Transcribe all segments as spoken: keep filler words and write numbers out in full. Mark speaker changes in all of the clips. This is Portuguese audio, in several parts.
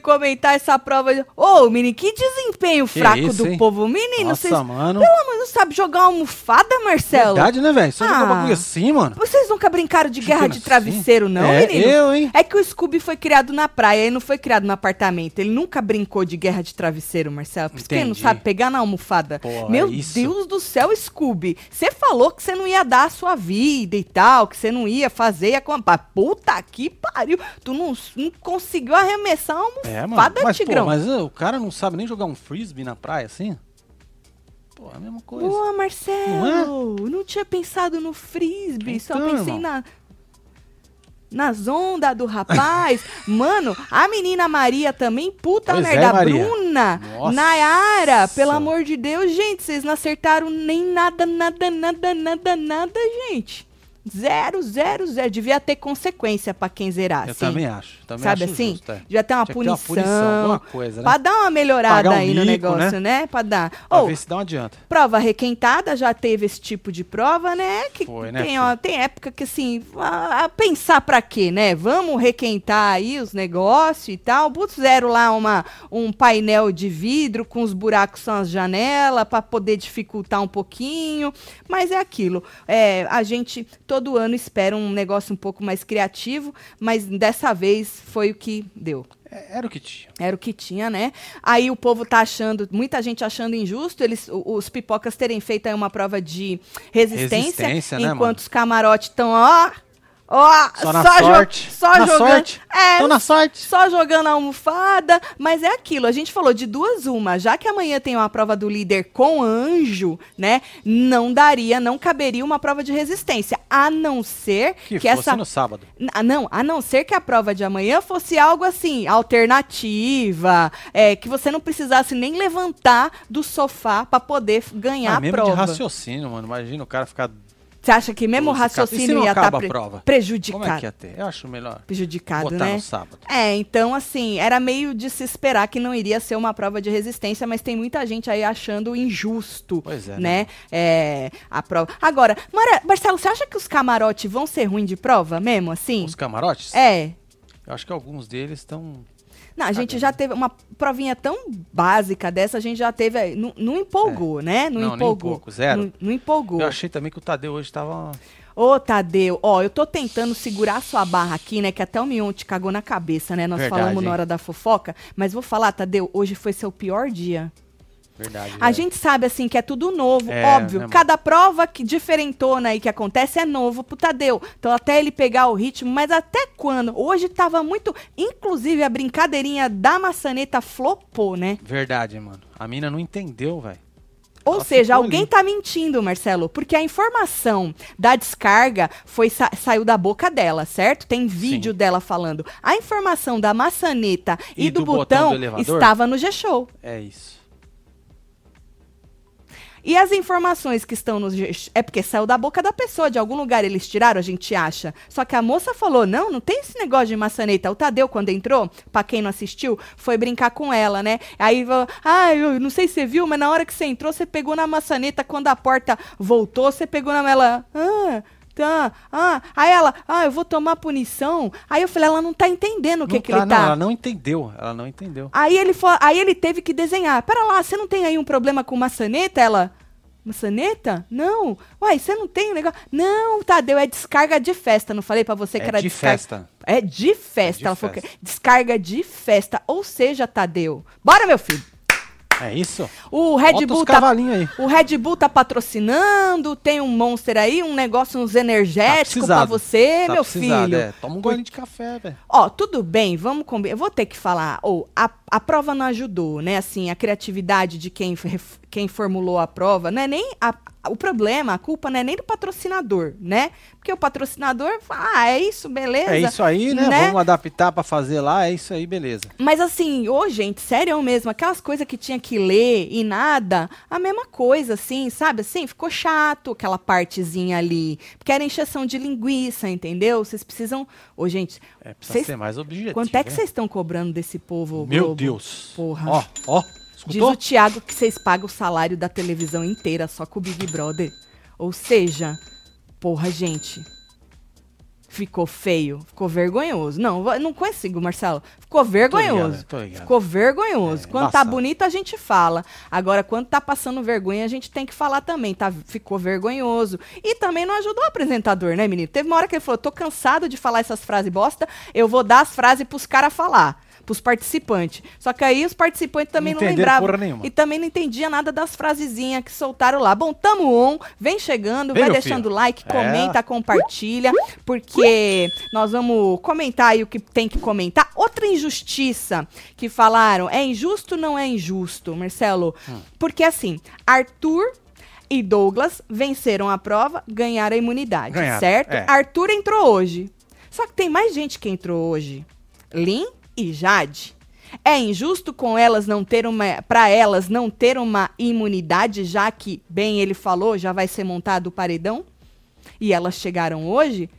Speaker 1: comentar essa prova. Ô, oh, menino, que desempenho
Speaker 2: que
Speaker 1: fraco
Speaker 2: isso,
Speaker 1: do
Speaker 2: hein?
Speaker 1: povo. Menino,
Speaker 2: Nossa,
Speaker 1: vocês...
Speaker 2: mano.
Speaker 1: Pelo amor, não sabe jogar uma almofada, Marcelo?
Speaker 2: Verdade, né, velho? Você
Speaker 1: Ah.
Speaker 2: joga bagulho assim, mano?
Speaker 1: Vocês nunca brincaram de guerra
Speaker 2: Jogando
Speaker 1: de travesseiro,
Speaker 2: assim?
Speaker 1: não,
Speaker 2: É,
Speaker 1: menino?
Speaker 2: eu, hein?
Speaker 1: É que o Scooby foi criado na praia, ele não foi criado no apartamento. Ele nunca brincou de guerra de travesseiro, Marcelo. Por isso que ele não
Speaker 2: Entendi.
Speaker 1: sabe pegar na almofada.
Speaker 2: Pô,
Speaker 1: Meu
Speaker 2: é isso.
Speaker 1: Deus do céu, Scooby. Você falou que você não ia dar a sua vida e tal, que você não ia fazer a comprar. Puta que pariu. Tu não, não conseguiu arremessar uma almofada,
Speaker 2: É, mano. Mas,
Speaker 1: Tigrão.
Speaker 2: pô, mas uh, o cara não sabe nem jogar um frisbee na praia, assim? Pô, é a mesma coisa.
Speaker 1: Boa, Marcelo. Não, não tinha pensado no frisbee,
Speaker 2: Então,
Speaker 1: só pensei
Speaker 2: irmão.
Speaker 1: na... Nas ondas do rapaz. Mano, a menina Maria também, puta
Speaker 2: Pois
Speaker 1: merda.
Speaker 2: é, Maria.
Speaker 1: Bruna,
Speaker 2: Nossa.
Speaker 1: Nayara, pelo amor de Deus, gente, vocês não acertaram nem nada, nada, nada, nada, nada, gente. Zero, zero, zero. Devia ter consequência pra quem zerar.
Speaker 2: Eu
Speaker 1: assim.
Speaker 2: também acho. Também
Speaker 1: Sabe
Speaker 2: acho
Speaker 1: assim?
Speaker 2: justo, é.
Speaker 1: Devia ter uma
Speaker 2: Tinha que ter uma
Speaker 1: punição.
Speaker 2: punição, alguma coisa, né?
Speaker 1: Pra dar uma melhorada
Speaker 2: Pagar um
Speaker 1: aí no
Speaker 2: mico,
Speaker 1: negócio, né? Pra dar.
Speaker 2: Pra
Speaker 1: Ô,
Speaker 2: ver se dá uma adianta.
Speaker 1: prova requentada, já teve esse tipo de prova, né? Que
Speaker 2: Foi, né,
Speaker 1: tem,
Speaker 2: filho?
Speaker 1: ó, tem época que assim, a, a pensar pra quê, né? Vamos requentar aí os negócios e tal. Puseram lá uma, um painel de vidro com os buracos são as janelas pra poder dificultar um pouquinho. Mas é aquilo. É, a gente todo ano espera um negócio um pouco mais criativo, mas dessa vez foi o que deu.
Speaker 2: É, Era o que tinha.
Speaker 1: Era o que tinha, né? Aí o povo tá achando, muita gente achando injusto, eles, o- os pipocas terem feito aí uma prova de resistência,
Speaker 2: Resistência, né,
Speaker 1: enquanto
Speaker 2: mano?
Speaker 1: os camarotes estão, ó, ó,
Speaker 2: Só na
Speaker 1: jo-
Speaker 2: sorte.
Speaker 1: só
Speaker 2: Na
Speaker 1: jogando,
Speaker 2: sorte.
Speaker 1: é,
Speaker 2: Tão na sorte.
Speaker 1: só jogando a almofada, mas é aquilo, a gente falou de duas uma, já que amanhã tem uma prova do líder com anjo, né, não daria, não caberia uma prova de resistência, a não ser
Speaker 2: Que,
Speaker 1: que,
Speaker 2: fosse
Speaker 1: essa...
Speaker 2: no sábado.
Speaker 1: Ah, não, a não ser que a prova de amanhã fosse algo assim, alternativa, é, que você não precisasse nem levantar do sofá para poder ganhar
Speaker 2: Ah,
Speaker 1: a
Speaker 2: mesmo
Speaker 1: prova.
Speaker 2: de raciocínio, mano. Imagina o cara ficar...
Speaker 1: Você acha que mesmo o
Speaker 2: doze, quatorze. E se
Speaker 1: raciocínio
Speaker 2: não
Speaker 1: ia estar
Speaker 2: acaba a prova?
Speaker 1: prejudicado?
Speaker 2: Como é que ia ter? Eu acho melhor
Speaker 1: Prejudicado,
Speaker 2: botar
Speaker 1: né?
Speaker 2: no sábado.
Speaker 1: É, então assim, era meio de se esperar que não iria ser uma prova de resistência, mas tem muita gente aí achando injusto,
Speaker 2: Pois é,
Speaker 1: né?
Speaker 2: né?
Speaker 1: É, a prova. Agora, Mara, Marcelo, você acha que os camarotes vão ser ruins de prova mesmo, assim?
Speaker 2: Os camarotes?
Speaker 1: É.
Speaker 2: Eu acho que alguns deles estão...
Speaker 1: Não, a gente
Speaker 2: Cagando.
Speaker 1: já teve uma provinha tão básica dessa, a gente já teve aí. Não, não empolgou, né? Não,
Speaker 2: Não, nem um
Speaker 1: empolgou.
Speaker 2: pouco, zero.
Speaker 1: Não, não empolgou.
Speaker 2: Eu achei também que o Tadeu hoje tava...
Speaker 1: Ô, Tadeu, ó, eu tô tentando segurar a sua barra aqui, né? Que até o Mion te cagou na cabeça, né? Nós
Speaker 2: Verdade,
Speaker 1: falamos na
Speaker 2: hein?
Speaker 1: hora da fofoca. Mas vou falar, Tadeu, hoje foi seu pior dia.
Speaker 2: Verdade.
Speaker 1: A
Speaker 2: é.
Speaker 1: gente sabe, assim, que é tudo novo,
Speaker 2: É,
Speaker 1: óbvio.
Speaker 2: né, mano?
Speaker 1: Cada prova que diferentona aí que acontece é novo pro Tadeu. Então, até ele pegar o ritmo, mas até quando? Hoje tava muito... Inclusive, a brincadeirinha da maçaneta flopou, né?
Speaker 2: Verdade, mano. A mina não entendeu, velho.
Speaker 1: Ou
Speaker 2: Ela
Speaker 1: seja,
Speaker 2: ficou
Speaker 1: alguém
Speaker 2: ali.
Speaker 1: tá mentindo, Marcelo, porque a informação da descarga foi sa- saiu da boca dela, certo? Tem vídeo
Speaker 2: Sim.
Speaker 1: dela falando. A informação da maçaneta e,
Speaker 2: E
Speaker 1: do,
Speaker 2: do botão
Speaker 1: botão
Speaker 2: do elevador?
Speaker 1: estava no G-Show.
Speaker 2: É isso.
Speaker 1: E as informações que estão no G... É porque saiu da boca da pessoa, de algum lugar eles tiraram, a gente acha. Só que a moça falou, não, não tem esse negócio de maçaneta. O Tadeu, quando entrou, pra quem não assistiu, foi brincar com ela, né? Aí, ah, eu não sei se você viu, mas na hora que você entrou, você pegou na maçaneta, quando a porta voltou, você pegou na... Ela, ah... Tá, ah, aí ela, ah, eu vou tomar punição. Aí eu falei, ela não tá entendendo o que
Speaker 2: Não
Speaker 1: que
Speaker 2: tá,
Speaker 1: ele
Speaker 2: não,
Speaker 1: tá.
Speaker 2: ela não entendeu. Ela não entendeu.
Speaker 1: Aí ele, fo- aí ele teve que desenhar. Pera lá, você não tem aí um problema com maçaneta? Ela, maçaneta? Não. Uai, você não tem um negócio? Não, Tadeu, é descarga de festa. Não falei pra você
Speaker 2: É
Speaker 1: que era
Speaker 2: de
Speaker 1: descarga...
Speaker 2: festa.
Speaker 1: É de festa.
Speaker 2: É de
Speaker 1: ela falou que
Speaker 2: festa.
Speaker 1: descarga de festa. Ou seja, Tadeu. Bora, meu filho.
Speaker 2: É isso?
Speaker 1: O Red
Speaker 2: Bota
Speaker 1: Bull
Speaker 2: os
Speaker 1: tá...
Speaker 2: cavalinhos aí.
Speaker 1: O Red Bull tá patrocinando, tem um Monster aí, um negócio, uns energéticos pra
Speaker 2: precisado.
Speaker 1: você,
Speaker 2: Tá
Speaker 1: meu
Speaker 2: precisado,
Speaker 1: filho.
Speaker 2: é. Toma um golinho de café, velho.
Speaker 1: Ó, tudo bem, vamos combinar. Eu vou ter que falar, ou a, a prova não ajudou, né? Assim, a criatividade de quem, ref- quem formulou a prova, não é nem a- o problema, a culpa não é nem do patrocinador, né? Porque o patrocinador fala, ah, é isso, beleza.
Speaker 2: É isso aí, né?
Speaker 1: Né?
Speaker 2: Vamos adaptar pra fazer lá, é isso aí, beleza.
Speaker 1: Mas assim, ô gente, sério mesmo, aquelas coisas que tinha que ler e nada, a mesma coisa, assim, sabe? Assim, ficou chato aquela partezinha ali. Porque era encheção de linguiça, entendeu? Vocês precisam. Ô, gente,
Speaker 2: É, precisa
Speaker 1: vocês-
Speaker 2: ser mais objetivo.
Speaker 1: quanto é que
Speaker 2: né?
Speaker 1: vocês estão cobrando desse povo?
Speaker 2: Meu
Speaker 1: Globo?
Speaker 2: Deus.
Speaker 1: Porra.
Speaker 2: Ó, ó.
Speaker 1: Diz
Speaker 2: Escutou?
Speaker 1: o Thiago que vocês pagam o salário da televisão inteira só com o Big Brother. Ou seja, porra, gente. ficou feio, ficou vergonhoso. Não, não consigo, Marcelo. Ficou vergonhoso.
Speaker 2: Tô ligado, tô ligado.
Speaker 1: Ficou vergonhoso.
Speaker 2: É,
Speaker 1: quando
Speaker 2: embaçado.
Speaker 1: tá bonito, a gente fala. Agora, quando tá passando vergonha, a gente tem que falar também. Tá, ficou vergonhoso. E também não ajudou o apresentador, né, menino? Teve uma hora que ele falou, tô cansado de falar essas frases bosta, eu vou dar as frases pros caras falar. Pros participantes. Só que aí os participantes também não,
Speaker 2: Não entenderam
Speaker 1: lembravam.
Speaker 2: porra nenhuma.
Speaker 1: E também não entendia nada das frasezinhas que soltaram lá. Bom, tamo on, vem chegando,
Speaker 2: Vem,
Speaker 1: vai
Speaker 2: meu
Speaker 1: deixando
Speaker 2: filho.
Speaker 1: like,
Speaker 2: É.
Speaker 1: comenta, compartilha, porque nós vamos comentar aí o que tem que comentar. Outra injustiça que falaram, é injusto ou não é injusto, Marcelo?
Speaker 2: Hum.
Speaker 1: Porque assim, Arthur e Douglas venceram a prova, ganharam a imunidade,
Speaker 2: Ganharam,
Speaker 1: certo?
Speaker 2: é.
Speaker 1: Arthur entrou hoje. Só que tem mais gente que entrou hoje. Lin e Jade. É injusto com elas não ter uma, para elas não ter uma imunidade, já que, bem ele falou, já vai ser montado o paredão? E elas chegaram hoje?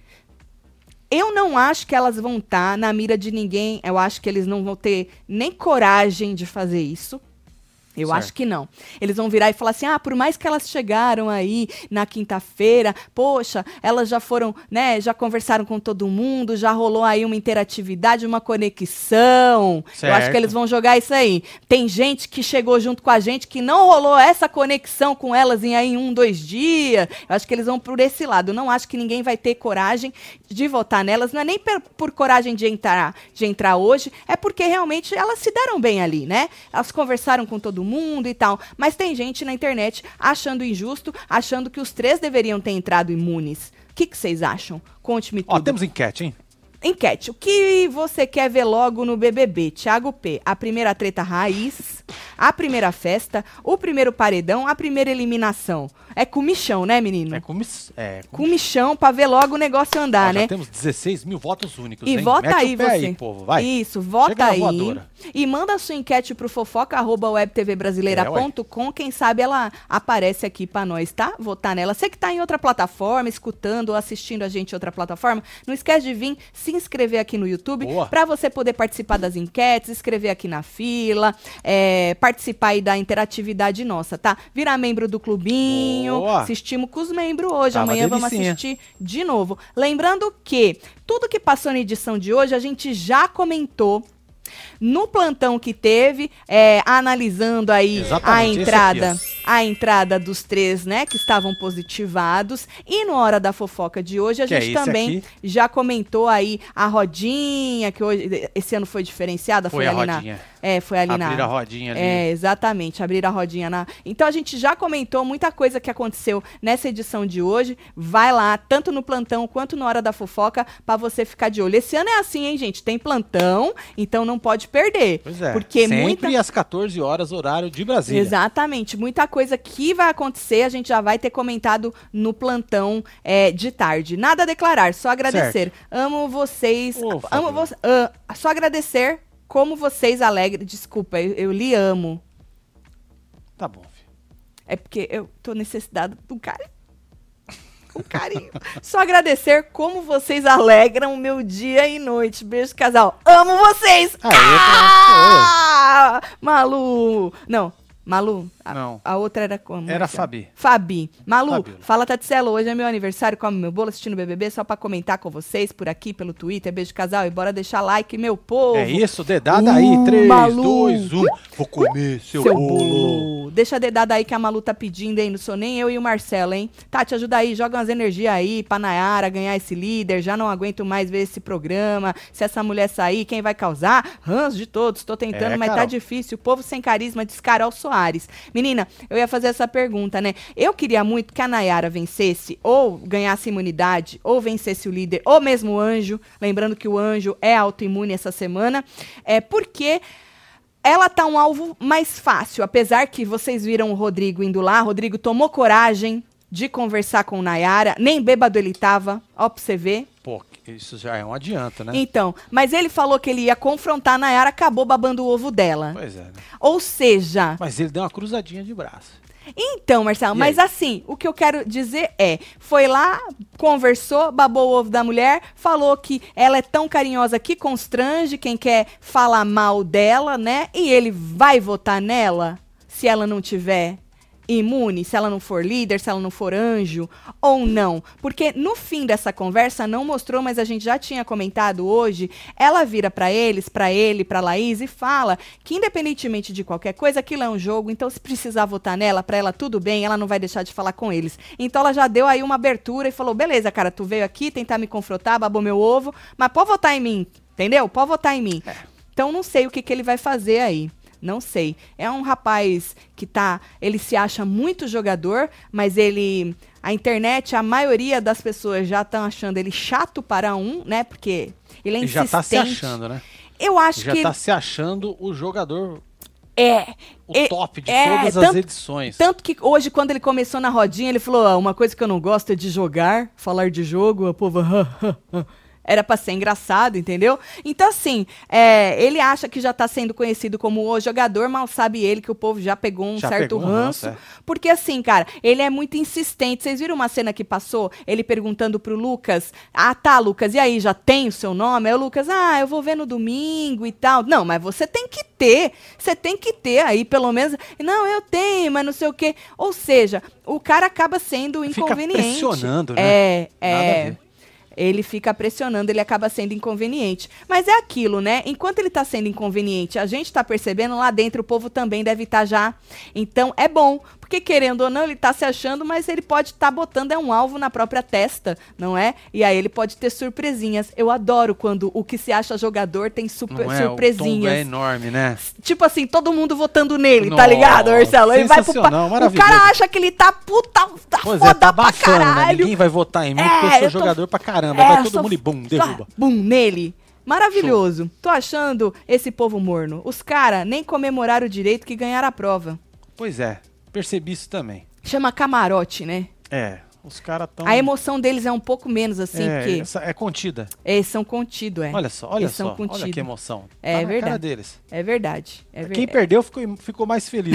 Speaker 1: Eu não acho que elas vão estar na mira de ninguém. Eu acho que eles não vão ter nem coragem de fazer isso. Eu
Speaker 2: Certo.
Speaker 1: acho que não. Eles vão virar e falar assim, ah, por mais que elas chegaram aí na quinta-feira, poxa, elas já foram, né, já conversaram com todo mundo, já rolou aí uma interatividade, uma conexão.
Speaker 2: Certo.
Speaker 1: Eu acho que eles vão jogar isso aí. Tem gente que chegou junto com a gente que não rolou essa conexão com elas em aí um, dois dias. Eu acho que eles vão por esse lado. Eu não acho que ninguém vai ter coragem de votar nelas. Não é nem por, por coragem de entrar, de entrar hoje, é porque realmente elas se deram bem ali, né? Elas conversaram com todo mundo e tal. Mas tem gente na internet achando injusto, achando que os três deveriam ter entrado imunes. O que que vocês acham? Conte-me tudo.
Speaker 2: Ó, temos enquete, hein?
Speaker 1: Enquete. O que você quer ver logo no B B B? Thiago P. A primeira treta raiz, a primeira festa, o primeiro paredão, a primeira eliminação. É comichão, né, menino?
Speaker 2: É comiss... É, comiss...
Speaker 1: Comichão pra ver logo o negócio andar,
Speaker 2: Ó,
Speaker 1: né?
Speaker 2: já temos dezesseis mil votos únicos,
Speaker 1: E
Speaker 2: hein?
Speaker 1: vota
Speaker 2: Mete
Speaker 1: aí
Speaker 2: o pé
Speaker 1: você.
Speaker 2: aí, povo, vai.
Speaker 1: Isso, vota
Speaker 2: Chega na
Speaker 1: aí.
Speaker 2: voadora.
Speaker 1: E manda a sua enquete pro fofoca arroba web t v brasileira ponto com. Quem sabe ela aparece aqui pra nós, tá? Votar nela. Você que tá em outra plataforma, escutando ou assistindo a gente em outra plataforma, não esquece de vir se inscrever aqui no YouTube
Speaker 2: Boa.
Speaker 1: pra você poder participar das enquetes, escrever aqui na fila, é, participar aí da interatividade nossa, tá? Virar membro do clubinho,
Speaker 2: Boa.
Speaker 1: assistimos com os membros hoje,
Speaker 2: Tava
Speaker 1: amanhã vamos
Speaker 2: delicinha.
Speaker 1: assistir de novo. Lembrando que tudo que passou na edição de hoje a gente já comentou no plantão que teve, é, analisando aí a
Speaker 2: Exatamente, esse
Speaker 1: entrada,
Speaker 2: aqui,
Speaker 1: a entrada dos três, né, que estavam positivados. E no Hora da Fofoca de hoje a
Speaker 2: Que é
Speaker 1: gente
Speaker 2: esse
Speaker 1: também
Speaker 2: aqui.
Speaker 1: já comentou aí a rodinha, que hoje esse ano foi diferenciada, foi,
Speaker 2: Foi a
Speaker 1: ali
Speaker 2: rodinha.
Speaker 1: na É, foi ali
Speaker 2: Abrir
Speaker 1: na
Speaker 2: a rodinha ali.
Speaker 1: É, exatamente, abrir a rodinha na. Então a gente já comentou muita coisa que aconteceu nessa edição de hoje. Vai lá, tanto no plantão quanto na Hora da Fofoca, pra você ficar de olho. Esse ano é assim, hein, gente? Tem plantão, então não pode perder.
Speaker 2: Pois é,
Speaker 1: Porque
Speaker 2: sempre
Speaker 1: muita
Speaker 2: às quatorze horas, horário de Brasília.
Speaker 1: Exatamente. Muita coisa que vai acontecer, a gente já vai ter comentado no plantão é, de tarde. Nada a declarar, só agradecer. Amo vocês.
Speaker 2: Ô,
Speaker 1: amo
Speaker 2: Fabiola.
Speaker 1: vo ah, só agradecer como vocês alegram. Desculpa, eu, eu lhe amo.
Speaker 2: Tá bom, filho.
Speaker 1: É porque eu tô necessitada de um carinho. Um carinho. Só agradecer como vocês alegram o meu dia e noite. Beijo, casal. Amo vocês!
Speaker 2: Aê,
Speaker 1: ah! Malu! Não, Malu. A,
Speaker 2: Não.
Speaker 1: a outra era como?
Speaker 2: Era
Speaker 1: Marcelo?
Speaker 2: Fabi.
Speaker 1: Fabi. Malu,
Speaker 2: Fabiola.
Speaker 1: fala, Tatselo. Hoje é meu aniversário, come meu bolo assistindo o B B B, só pra comentar com vocês por aqui, pelo Twitter. Beijo, casal. E bora deixar like, meu povo.
Speaker 2: É isso, dedada
Speaker 1: Uh,
Speaker 2: aí. três,
Speaker 1: Malu.
Speaker 2: dois, um. Vou comer seu,
Speaker 1: Seu
Speaker 2: bolo.
Speaker 1: bolo. Deixa a dedada aí que a Malu tá pedindo, hein? Não sou nem eu e o Marcelo, hein? Tati, ajuda aí, joga umas energias aí pra Nayara ganhar esse líder. Já não aguento mais ver esse programa. Se essa mulher sair, quem vai causar? Ranço de todos. Tô tentando,
Speaker 2: É,
Speaker 1: mas tá
Speaker 2: Carol.
Speaker 1: difícil. O povo sem carisma, diz Carol Soares. Menina, eu ia fazer essa pergunta, né? Eu queria muito que a Nayara vencesse, ou ganhasse imunidade, ou vencesse o líder, ou mesmo o Anjo. Lembrando que o Anjo é autoimune essa semana. É porque ela tá um alvo mais fácil, apesar que vocês viram o Rodrigo indo lá, Rodrigo tomou coragem de conversar com o Nayara, nem bêbado ele tava, ó pra você ver.
Speaker 2: Pô, isso já é um adianto, né?
Speaker 1: Então, mas ele falou que ele ia confrontar a Nayara, acabou babando o ovo dela.
Speaker 2: Pois é, né?
Speaker 1: Ou seja,
Speaker 2: Mas ele deu uma cruzadinha de braço.
Speaker 1: então, Marcelo,
Speaker 2: E
Speaker 1: mas
Speaker 2: aí?
Speaker 1: assim, o que eu quero dizer é, foi lá, conversou, babou o ovo da mulher, falou que ela é tão carinhosa que constrange quem quer falar mal dela, né? E ele vai votar nela se ela não tiver imune, se ela não for líder, se ela não for anjo, ou não. Porque no fim dessa conversa, não mostrou, mas a gente já tinha comentado hoje, ela vira pra eles, pra ele, pra Laís, e fala que independentemente de qualquer coisa, aquilo é um jogo, então se precisar votar nela, pra ela tudo bem, ela não vai deixar de falar com eles. Então ela já deu aí uma abertura e falou, beleza, cara, tu veio aqui tentar me confrontar, babou meu ovo, mas pode votar em mim, entendeu? Pode votar em mim. É. Então não sei o que, que ele vai fazer aí. Não sei. É um rapaz que tá... Ele se acha muito jogador, mas ele... A internet, a maioria das pessoas já estão achando ele chato para um, né? Porque ele é
Speaker 2: ele
Speaker 1: insistente.
Speaker 2: já tá se achando, né?
Speaker 1: Eu acho
Speaker 2: já
Speaker 1: que... Já
Speaker 2: tá se achando o jogador...
Speaker 1: É.
Speaker 2: O
Speaker 1: é,
Speaker 2: top de
Speaker 1: é,
Speaker 2: todas
Speaker 1: tanto,
Speaker 2: as edições.
Speaker 1: Tanto que hoje, quando ele começou na rodinha, ele falou, ah, uma coisa que eu não gosto é de jogar, falar de jogo, a povo... Era pra ser engraçado, entendeu? Então, assim, é, ele acha que já tá sendo conhecido como o jogador, mal sabe ele que o povo já pegou um
Speaker 2: já
Speaker 1: certo
Speaker 2: pegou
Speaker 1: ranço.
Speaker 2: Um ranço, é.
Speaker 1: Porque, assim, cara, ele é muito insistente. Vocês viram uma cena que passou? Ele perguntando pro Lucas, ah, tá, Lucas, e aí, já tem o seu nome? Aí o Lucas, ah, eu vou ver no domingo e tal. Não, mas você tem que ter. Você tem que ter aí, pelo menos. Não, eu tenho, mas não sei o quê. Ou seja, o cara acaba sendo inconveniente.
Speaker 2: Fica pressionando, né?
Speaker 1: É, é.
Speaker 2: Nada a ver.
Speaker 1: Ele fica pressionando, ele acaba sendo inconveniente. Mas é aquilo, né? Enquanto ele tá sendo inconveniente, a gente tá percebendo, lá dentro o povo também deve estar já. Então, é bom. Porque, querendo ou não, ele tá se achando, mas ele pode estar tá botando é um alvo na própria testa, não é? E aí ele pode ter surpresinhas. Eu adoro quando o que se acha jogador tem super,
Speaker 2: não é,
Speaker 1: surpresinhas.
Speaker 2: O tom é enorme, né?
Speaker 1: Tipo assim, todo mundo votando nele,
Speaker 2: Nossa,
Speaker 1: tá ligado, Marcelo? Ele vai pro pa... O cara acha que ele tá puta, tá
Speaker 2: pois
Speaker 1: foda
Speaker 2: é, tá
Speaker 1: pra
Speaker 2: abafando,
Speaker 1: caralho.
Speaker 2: Né? Ninguém vai votar em mim
Speaker 1: é,
Speaker 2: porque eu sou
Speaker 1: eu
Speaker 2: jogador
Speaker 1: tô...
Speaker 2: pra caramba.
Speaker 1: É,
Speaker 2: vai todo
Speaker 1: sou...
Speaker 2: mundo e bum, derruba.
Speaker 1: Bum, nele. Maravilhoso. Show. Tô achando esse povo morno. Os caras nem comemoraram o direito que ganharam a prova.
Speaker 2: Pois é, percebi isso também.
Speaker 1: Chama camarote, né?
Speaker 2: É, os caras tão...
Speaker 1: A emoção deles é um pouco menos assim,
Speaker 2: é,
Speaker 1: porque...
Speaker 2: Essa é contida.
Speaker 1: Eles são contidos, é.
Speaker 2: Olha só, olha
Speaker 1: eles
Speaker 2: só,
Speaker 1: são contido.
Speaker 2: olha que emoção.
Speaker 1: É,
Speaker 2: tá na
Speaker 1: verdade.
Speaker 2: cara deles.
Speaker 1: É verdade, é verdade.
Speaker 2: Quem perdeu ficou, ficou mais feliz.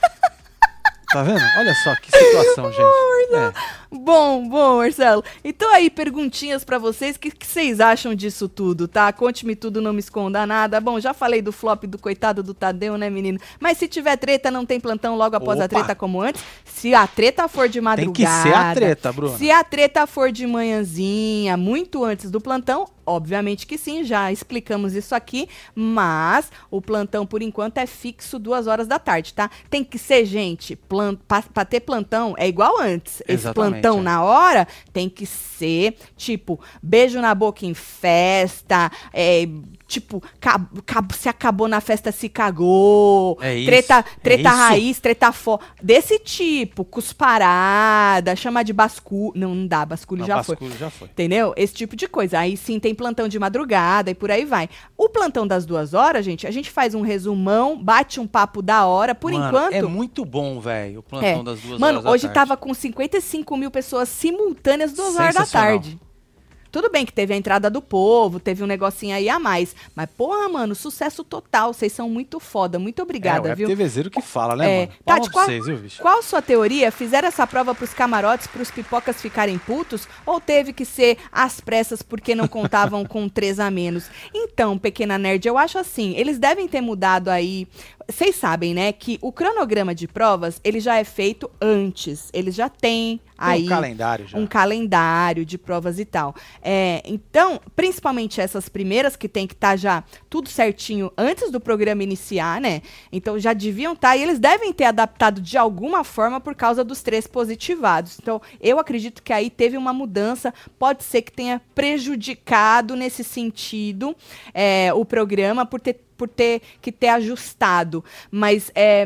Speaker 2: Tá vendo? Olha só que situação, gente.
Speaker 1: É. Bom, bom, Marcelo. Então aí, perguntinhas pra vocês. O que, que vocês acham disso tudo, tá? Conte-me tudo, não me esconda nada. Bom, já falei do flop do coitado do Tadeu, né, menino? Mas se tiver treta, não tem plantão logo após Opa. a treta como antes. Se a treta for de madrugada...
Speaker 2: Tem que ser a treta, Bruno.
Speaker 1: Se a treta for de manhãzinha, muito antes do plantão, obviamente que sim, já explicamos isso aqui. Mas o plantão, por enquanto, é fixo duas horas da tarde, tá? Tem que ser, gente, plant... pra ter plantão é igual antes. Esse
Speaker 2: Exatamente,
Speaker 1: plantão
Speaker 2: é.
Speaker 1: na hora tem que ser, tipo, beijo na boca em festa, é, tipo, cab, cab, se acabou na festa, se cagou,
Speaker 2: é isso,
Speaker 1: treta, treta
Speaker 2: é
Speaker 1: raiz, isso. treta fó, desse tipo, cusparada, chama de basculho, não, não dá, basculho,
Speaker 2: não,
Speaker 1: já,
Speaker 2: basculho
Speaker 1: foi.
Speaker 2: já foi,
Speaker 1: entendeu? Esse tipo de coisa, aí sim tem plantão de madrugada e por aí vai. O plantão das duas horas, gente, a gente faz um resumão, bate um papo da hora, por
Speaker 2: Mano,
Speaker 1: enquanto...
Speaker 2: é muito bom, velho, o plantão
Speaker 1: é.
Speaker 2: das duas
Speaker 1: Mano,
Speaker 2: horas da
Speaker 1: hoje
Speaker 2: tarde.
Speaker 1: tava com cinquenta e cinco mil pessoas simultâneas duas horas da tarde. Tudo bem que teve a entrada do povo, teve um negocinho aí a mais. Mas, porra, mano, sucesso total. Vocês são muito foda. Muito obrigada,
Speaker 2: é,
Speaker 1: viu?
Speaker 2: É o TVzeiro que fala, né,
Speaker 1: é,
Speaker 2: mano?
Speaker 1: Tati, qual,
Speaker 2: vocês, viu, bicho?
Speaker 1: qual sua teoria? Fizeram essa prova pros camarotes, pros pipocas ficarem putos? Ou teve que ser às pressas porque não contavam com três a menos? Então, pequena nerd, eu acho assim, eles devem ter mudado aí... Vocês sabem, né, que o cronograma de provas, ele já é feito antes. Eles já têm aí...
Speaker 2: Um calendário já.
Speaker 1: Um calendário de provas e tal. É, então, principalmente essas primeiras, que tem que estar tá já tudo certinho antes do programa iniciar, né? Então, já deviam estar, tá, e eles devem ter adaptado de alguma forma por causa dos três positivados. Então, eu acredito que aí teve uma mudança, pode ser que tenha prejudicado nesse sentido é, o programa por ter por ter que ter ajustado. Mas é,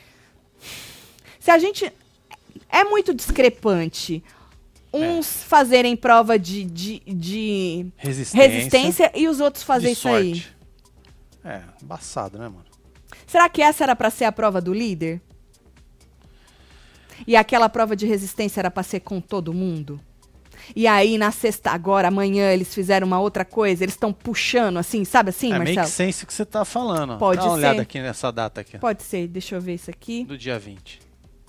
Speaker 1: se a gente... É muito discrepante uns é. fazerem prova de, de, de
Speaker 2: resistência,
Speaker 1: resistência e os outros fazerem isso aí.
Speaker 2: É, embaçado, né, mano?
Speaker 1: Será que essa era pra ser a prova do líder? E aquela prova de resistência era pra ser com todo mundo? E aí, na sexta, agora, amanhã, eles fizeram uma outra coisa, eles estão puxando, assim, sabe assim,
Speaker 2: é,
Speaker 1: Marcelo?
Speaker 2: É make sense que você tá falando.
Speaker 1: Pode
Speaker 2: Dá uma
Speaker 1: ser.
Speaker 2: olhada aqui nessa data aqui.
Speaker 1: Pode ser, deixa eu ver isso aqui.
Speaker 2: Do dia vinte.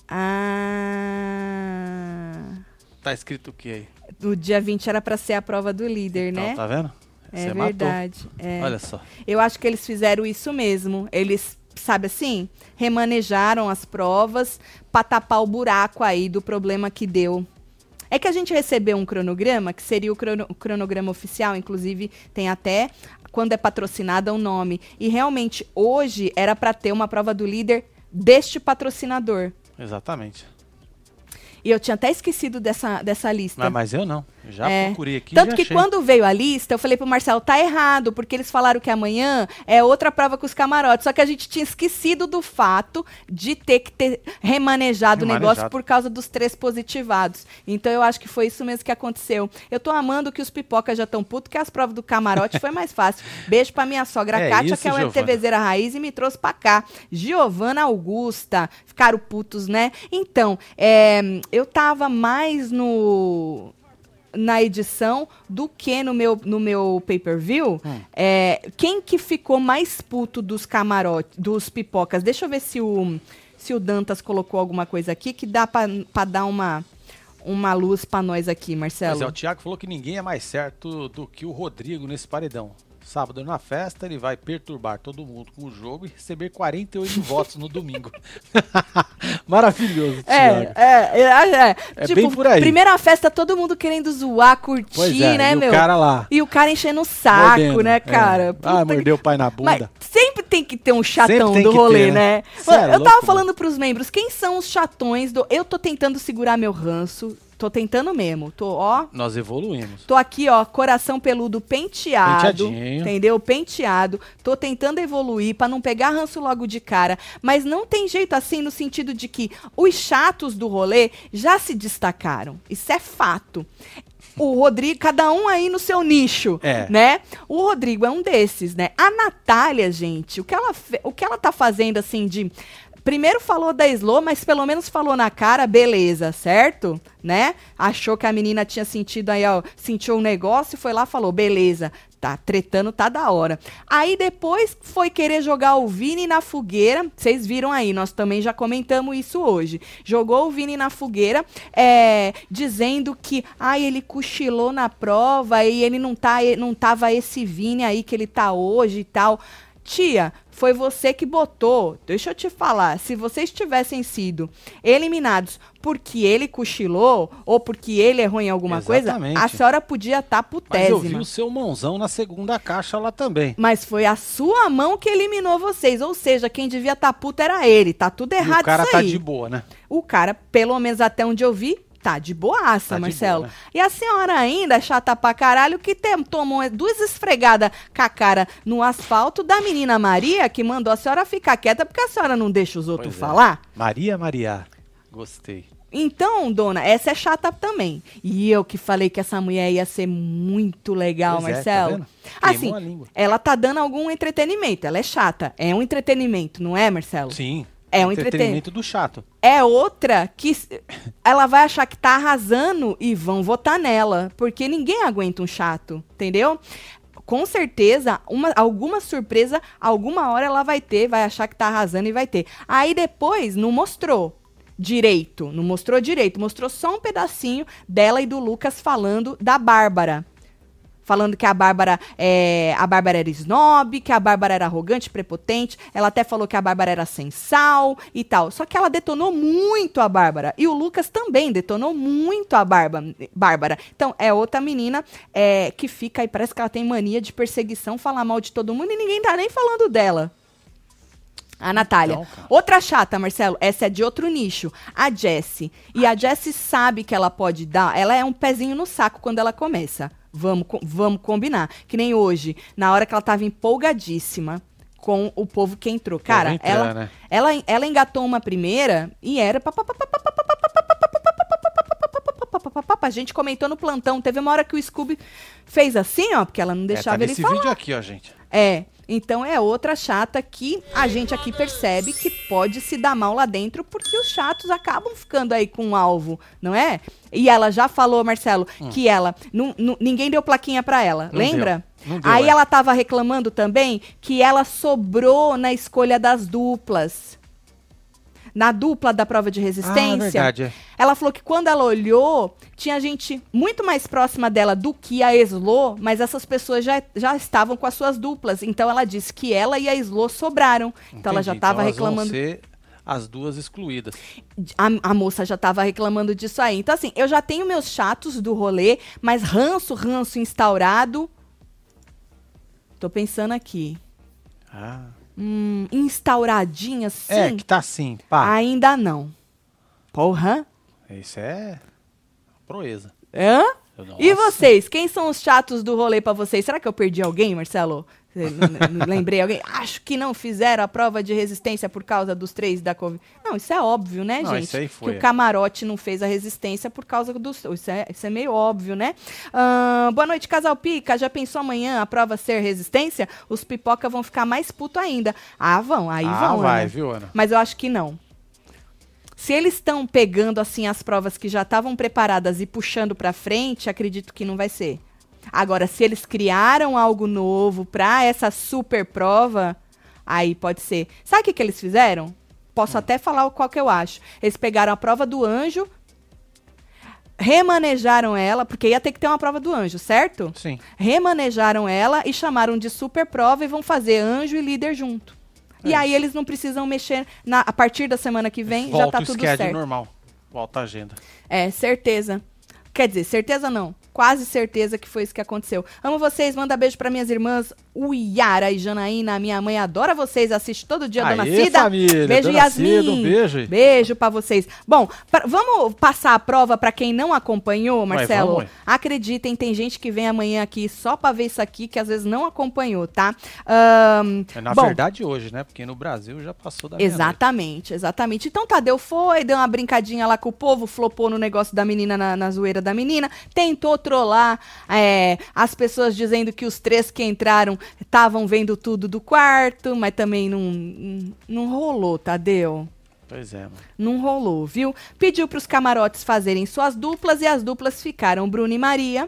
Speaker 1: Ah...
Speaker 2: Tá escrito o que aí?
Speaker 1: Do dia vinte era pra ser a prova do líder,
Speaker 2: então,
Speaker 1: né?
Speaker 2: Tá vendo?
Speaker 1: É
Speaker 2: Você
Speaker 1: verdade. É.
Speaker 2: Olha só.
Speaker 1: Eu acho que eles fizeram isso mesmo. Eles sabe assim? Remanejaram as provas para tapar o buraco aí do problema que deu. É que a gente recebeu um cronograma, que seria o, crono, o cronograma oficial, inclusive tem até, quando é patrocinada, o nome. E realmente, hoje, era para ter uma prova do líder deste patrocinador.
Speaker 2: Exatamente.
Speaker 1: E eu tinha até esquecido dessa, dessa lista.
Speaker 2: Mas, mas eu não. Já
Speaker 1: é.
Speaker 2: procurei aqui.
Speaker 1: Tanto
Speaker 2: já
Speaker 1: que
Speaker 2: achei.
Speaker 1: Quando veio a lista, eu falei pro Marcelo, tá errado, porque eles falaram que amanhã é outra prova com os camarotes. Só que a gente tinha esquecido do fato de ter que ter remanejado, remanejado. o negócio por causa dos três positivados. Então eu acho que foi isso mesmo que aconteceu. Eu tô amando que os pipocas já estão putos, que as provas do camarote foi mais fácil. Beijo pra minha sogra
Speaker 2: é
Speaker 1: Kátia,
Speaker 2: isso,
Speaker 1: que é uma TVzeira raiz e me trouxe pra cá. Giovana Augusta, ficaram putos, né? Então, é, eu tava mais no... na edição do que no meu, no meu pay-per-view. Hum. É, quem que ficou mais puto dos camarotes, dos pipocas? Deixa eu ver se o, se o Dantas colocou alguma coisa aqui que dá pra, pra dar uma, uma luz pra nós aqui, Marcelo.
Speaker 2: Pois é, o Thiago falou que ninguém é mais certo do que o Rodrigo nesse paredão. Sábado na festa, ele vai perturbar todo mundo com o jogo e receber quarenta e oito votos no domingo. Maravilhoso, Thiago.
Speaker 1: É, é, é, é.
Speaker 2: É
Speaker 1: tipo,
Speaker 2: bem por aí.
Speaker 1: Primeira festa, todo mundo querendo zoar, curtir,
Speaker 2: pois é,
Speaker 1: né,
Speaker 2: e
Speaker 1: meu?
Speaker 2: o cara lá.
Speaker 1: E o cara enchendo o saco,
Speaker 2: mordendo,
Speaker 1: né, cara?
Speaker 2: É. Ah, mordeu
Speaker 1: que...
Speaker 2: o pai na bunda.
Speaker 1: Mas sempre tem que ter um chatão do
Speaker 2: que
Speaker 1: rolê,
Speaker 2: ter,
Speaker 1: né?
Speaker 2: né?
Speaker 1: Eu
Speaker 2: é
Speaker 1: tava
Speaker 2: louco,
Speaker 1: falando
Speaker 2: mano.
Speaker 1: pros membros, quem são os chatões do... Eu tô tentando segurar meu ranço. Tô tentando mesmo. Tô, ó.
Speaker 2: Nós evoluímos.
Speaker 1: Tô aqui, ó, coração peludo penteado.
Speaker 2: Penteadinho.
Speaker 1: Entendeu? Penteado. Tô tentando evoluir pra não pegar ranço logo de cara. Mas não tem jeito assim no sentido de que os chatos do rolê já se destacaram. Isso é fato. O Rodrigo, cada um aí no seu nicho,
Speaker 2: é.
Speaker 1: né? O Rodrigo é um desses, né? A Natália, gente, o que ela, o que ela tá fazendo assim de... Primeiro falou da Slo, mas pelo menos falou na cara, beleza, certo? Né? Achou que a menina tinha sentido aí, ó, sentiu um negócio e foi lá e falou, beleza, tá tretando, tá da hora. Aí depois foi querer jogar o Vini na fogueira, vocês viram aí, nós também já comentamos isso hoje. Jogou o Vini na fogueira, é, dizendo que, ai, ele cochilou na prova e ele não, tá, não tava esse Vini aí que ele tá hoje e tal. Tia, foi você que botou. Deixa eu te falar, se vocês tivessem sido eliminados porque ele cochilou ou porque ele errou em alguma
Speaker 2: Exatamente.
Speaker 1: coisa, a senhora podia estar tá putésima.
Speaker 2: Mas eu vi o seu mãozão na segunda caixa lá também.
Speaker 1: Mas foi a sua mão que eliminou vocês, ou seja, quem devia estar tá puto era ele, tá tudo errado isso aí.
Speaker 2: E o cara tá de boa, né?
Speaker 1: O cara, pelo menos até onde eu vi, tá de boaça,
Speaker 2: tá
Speaker 1: Marcelo.
Speaker 2: De boa, né?
Speaker 1: E a senhora ainda, chata pra caralho, que tem, tomou duas esfregadas com a cara no asfalto da menina Maria, que mandou a senhora ficar quieta, porque a senhora não deixa os outros
Speaker 2: pois
Speaker 1: falar.
Speaker 2: É. Maria Maria. Gostei.
Speaker 1: Então, dona, essa é chata também. E eu que falei que essa mulher ia ser muito legal,
Speaker 2: pois
Speaker 1: Marcelo.
Speaker 2: É, tá
Speaker 1: assim, ela tá dando algum entretenimento, ela é chata. É um entretenimento, não é, Marcelo?
Speaker 2: Sim.
Speaker 1: É um
Speaker 2: entretenimento do chato.
Speaker 1: É outra que ela vai achar que tá arrasando e vão votar nela, porque ninguém aguenta um chato, entendeu? Com certeza, uma, alguma surpresa, alguma hora ela vai ter, vai achar que tá arrasando e vai ter. Aí depois não mostrou direito, não mostrou direito, mostrou só um pedacinho dela e do Lucas falando da Bárbara. Falando que a Bárbara, é, a Bárbara era snob, que a Bárbara era arrogante, prepotente. Ela até falou que a Bárbara era sem sal e tal. Só que ela detonou muito a Bárbara. E o Lucas também detonou muito a Bárbara. Bárbara. Então, é outra menina é, que fica aí, parece que ela tem mania de perseguição, falar mal de todo mundo e ninguém tá nem falando dela. A Natália. Então, outra chata, Marcelo, essa é de outro nicho. A Jessie. E a Jessie sabe que ela pode dar, ela é um pezinho no saco quando ela começa. Vamos, vamos combinar. Que nem hoje, na hora que ela tava empolgadíssima com o povo que entrou. Cara,
Speaker 2: entrar,
Speaker 1: ela,
Speaker 2: né?
Speaker 1: ela, ela engatou uma primeira e era... A gente comentou no plantão. Teve uma hora que o Scooby fez assim, ó, porque ela não deixava
Speaker 2: é, tá
Speaker 1: ele
Speaker 2: nesse
Speaker 1: falar.
Speaker 2: vídeo aqui, ó, gente.
Speaker 1: É, então é outra chata que a gente aqui percebe que pode se dar mal lá dentro, porque os chatos acabam ficando aí com um alvo, não é? E ela já falou, Marcelo, hum. que ela, não, não, ninguém deu plaquinha pra ela,
Speaker 2: não
Speaker 1: lembra?
Speaker 2: Deu. Não deu,
Speaker 1: aí
Speaker 2: é.
Speaker 1: ela tava reclamando também que ela sobrou na escolha das duplas. na dupla da prova de resistência.
Speaker 2: Ah, verdade, é.
Speaker 1: Ela falou que quando ela olhou, tinha gente muito mais próxima dela do que a Slo, mas essas pessoas já, já estavam com as suas duplas. Então ela disse que ela e a Slo sobraram. Entendi. Então ela já estava
Speaker 2: então,
Speaker 1: reclamando.
Speaker 2: Vão ser as duas excluídas.
Speaker 1: A, a moça já estava reclamando disso aí. Então, assim, eu já tenho meus chatos do rolê, mas ranço, ranço instaurado. Tô pensando aqui.
Speaker 2: Ah.
Speaker 1: Hum, instauradinha assim?
Speaker 2: É, que tá assim, pá.
Speaker 1: Ainda não. Porra.
Speaker 2: Isso é proeza.
Speaker 1: Hã?
Speaker 2: Nossa.
Speaker 1: E vocês? Quem são os chatos do rolê pra vocês? Será que eu perdi alguém, Marcelo? Lembrei alguém? Acho que não fizeram a prova de resistência por causa dos três da Covid. Não, isso é óbvio, né,
Speaker 2: não,
Speaker 1: gente?
Speaker 2: Isso aí foi,
Speaker 1: que o camarote não fez a resistência por causa dos... Isso é, isso é meio óbvio, né? Uh, boa noite, Casal Pica. Já pensou amanhã a prova ser resistência? Os pipoca vão ficar mais puto ainda. Ah, vão. Aí
Speaker 2: ah,
Speaker 1: vão,
Speaker 2: vai,
Speaker 1: Ana.
Speaker 2: viu, Ana?
Speaker 1: Mas eu acho que não. Se eles estão pegando assim as provas que já estavam preparadas e puxando para frente, acredito que não vai ser. Agora, se eles criaram algo novo para essa super prova, aí pode ser. Sabe o que, que eles fizeram? Posso hum. até falar qual que eu acho. Eles pegaram a prova do anjo, remanejaram ela, porque ia ter que ter uma prova do anjo, certo?
Speaker 2: Sim.
Speaker 1: Remanejaram ela e chamaram de super prova e vão fazer anjo e líder junto. É e aí eles não precisam mexer, na, a partir da semana que vem,
Speaker 2: volta
Speaker 1: já tá tudo certo.
Speaker 2: normal, volta a agenda.
Speaker 1: É, certeza. Quer dizer, certeza não. Quase certeza que foi isso que aconteceu. Amo vocês, manda beijo para minhas irmãs, o Yara e Janaína. Minha mãe adora vocês, assiste todo dia a Dona
Speaker 2: Aê,
Speaker 1: Cida.
Speaker 2: Família,
Speaker 1: Beijo,
Speaker 2: Dona
Speaker 1: Yasmin.
Speaker 2: Cida, um beijo.
Speaker 1: Beijo para vocês. Bom, pra, vamos passar a prova para quem não acompanhou, Marcelo?
Speaker 2: Vai, vamos,
Speaker 1: acreditem, tem gente que vem amanhã aqui só para ver isso aqui, que às vezes não acompanhou, tá? Um,
Speaker 2: é na
Speaker 1: bom,
Speaker 2: verdade hoje, né? Porque no Brasil já passou da
Speaker 1: Exatamente, exatamente. Então Tadeu foi, deu uma brincadinha lá com o povo, flopou no negócio da menina, na, na zoeira da menina, tentou trollar é, as pessoas dizendo que os três que entraram estavam vendo tudo do quarto, mas também não, não rolou, Tadeu.
Speaker 2: Pois é, mano.
Speaker 1: Não rolou, viu? Pediu para os camarotes fazerem suas duplas e as duplas ficaram Bruno e Maria.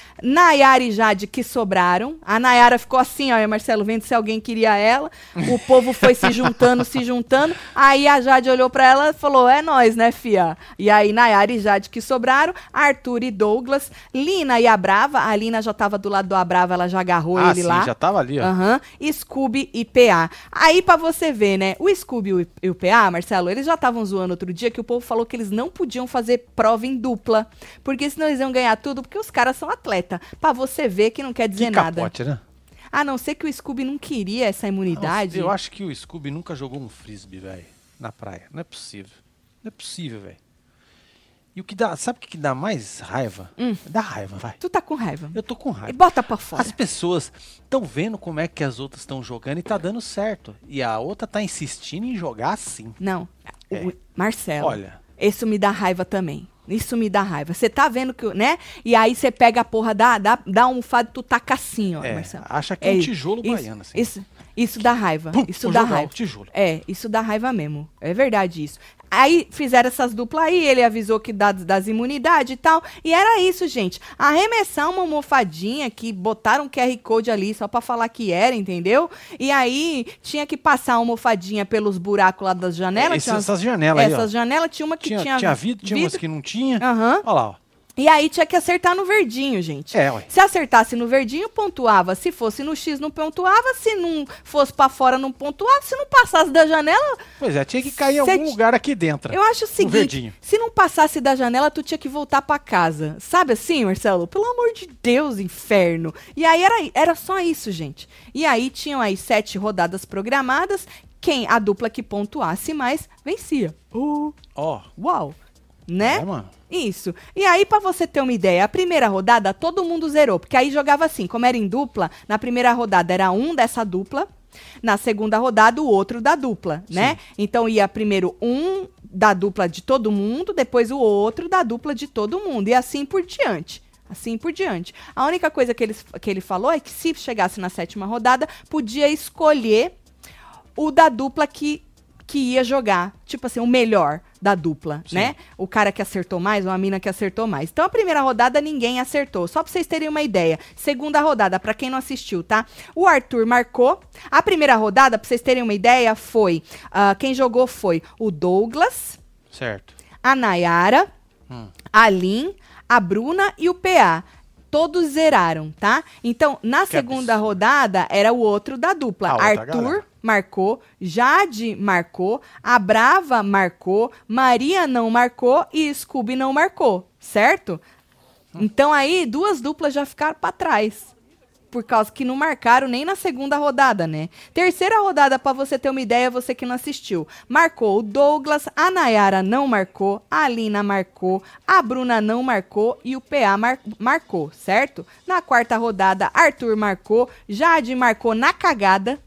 Speaker 1: Nayara e Jade que sobraram. A Nayara ficou assim, ó, Marcelo, vendo se alguém queria ela. O povo foi se juntando, se juntando. Aí a Jade olhou pra ela e falou, é nóis, né, fia? E aí Nayara e Jade que sobraram. Arthur e Douglas. Lina e a Brava. A Lina já tava do lado do Abrava, ela já agarrou
Speaker 2: ah,
Speaker 1: ele
Speaker 2: sim,
Speaker 1: lá.
Speaker 2: já tava ali, ó.
Speaker 1: Uhum. Scooby e P A. Aí pra você ver, né, o Scooby e o P A, Marcelo, eles já estavam zoando outro dia que o povo falou que eles não podiam fazer prova em dupla. Porque senão eles iam ganhar tudo, porque os caras são atletas. Pra você ver que não quer dizer
Speaker 2: que
Speaker 1: nada.
Speaker 2: Capote, né?
Speaker 1: A não ser que o Scooby não queria essa imunidade.
Speaker 2: Não, eu acho que o Scooby nunca jogou um frisbee, velho, na praia. Não é possível. Não é possível, velho. E o que dá, sabe o que dá mais raiva?
Speaker 1: Hum.
Speaker 2: Dá raiva, vai.
Speaker 1: Tu tá com raiva.
Speaker 2: Eu tô com raiva.
Speaker 1: E bota pra fora.
Speaker 2: As pessoas estão vendo como é que as outras estão jogando e tá dando certo. E a outra tá insistindo em jogar assim.
Speaker 1: Não.
Speaker 2: É.
Speaker 1: O Marcelo.
Speaker 2: Olha.
Speaker 1: Isso me dá raiva também. Isso me dá raiva. Você tá vendo que, né? E aí você pega a porra da, da, da almofada e tu taca assim, ó,
Speaker 2: é,
Speaker 1: Marcelo.
Speaker 2: Acha que
Speaker 1: é
Speaker 2: é um
Speaker 1: isso,
Speaker 2: tijolo
Speaker 1: isso,
Speaker 2: baiano, assim.
Speaker 1: Isso, isso dá raiva.
Speaker 2: Pum,
Speaker 1: isso dá raiva.
Speaker 2: Tijolo.
Speaker 1: É, isso dá raiva mesmo. É verdade isso. Aí fizeram essas duplas aí, ele avisou que das, das imunidades e tal. E era isso, gente. Arremessar uma almofadinha que botaram um Q R Code ali só pra falar que era, entendeu? E aí tinha que passar a almofadinha pelos buracos lá das janelas.
Speaker 2: É, esse,
Speaker 1: umas,
Speaker 2: essas janelas aí,
Speaker 1: Essas
Speaker 2: ó.
Speaker 1: janelas, tinha uma que
Speaker 2: tinha...
Speaker 1: Tinha,
Speaker 2: tinha vidro, tinha umas que não tinha.
Speaker 1: Aham.
Speaker 2: Olha lá, ó.
Speaker 1: E aí tinha que acertar no verdinho, gente.
Speaker 2: É, ué.
Speaker 1: Se acertasse no verdinho, pontuava. Se fosse no X, não pontuava. Se não fosse pra fora, não pontuava. Se não passasse da janela...
Speaker 2: Pois é, tinha que cair em algum
Speaker 1: t...
Speaker 2: lugar aqui dentro.
Speaker 1: Eu acho o seguinte, se não passasse da janela, tu tinha que voltar pra casa. Sabe assim, Marcelo? Pelo amor de Deus, inferno. E aí era, era só isso, gente. E aí tinham aí sete rodadas programadas. Quem, a dupla que pontuasse mais, vencia. Uh,
Speaker 2: Ó.
Speaker 1: Uau. Né?
Speaker 2: É, mano.
Speaker 1: Isso. E aí, pra você ter uma ideia, a primeira rodada todo mundo zerou, porque aí jogava assim, como era em dupla, na primeira rodada era um dessa dupla, na segunda rodada o outro da dupla, né?
Speaker 2: Sim.
Speaker 1: Então ia primeiro um da dupla de todo mundo, depois o outro da dupla de todo mundo, e assim por diante. Assim por diante. A única coisa que ele, que ele falou é que se chegasse na sétima rodada, podia escolher o da dupla que, que ia jogar, tipo assim, o melhor. da dupla,
Speaker 2: Sim.
Speaker 1: né? O cara que acertou mais ou a mina que acertou mais. Então, a primeira rodada ninguém acertou, só pra vocês terem uma ideia. Segunda rodada, pra quem não assistiu, tá? O Arthur marcou. A primeira rodada, pra vocês terem uma ideia, foi... Uh, quem jogou foi o Douglas,
Speaker 2: Certo.
Speaker 1: a Nayara,
Speaker 2: Hum.
Speaker 1: a Lin, a Bruna e o P A. Todos zeraram, tá? Então, na
Speaker 2: Que
Speaker 1: segunda
Speaker 2: absurdo.
Speaker 1: rodada, era o outro da dupla.
Speaker 2: A outra
Speaker 1: Arthur
Speaker 2: galera.
Speaker 1: marcou, Jade marcou, a Brava marcou, Maria não marcou e Scooby não marcou, certo? Então, aí, duas duplas já ficaram pra trás. Por causa que não marcaram nem na segunda rodada, né? Terceira rodada, pra você ter uma ideia, você que não assistiu. Marcou o Douglas, a Nayara não marcou, a Alina marcou, a Bruna não marcou e o P A mar- marcou, certo? Na quarta rodada, Arthur marcou, Jade marcou na cagada.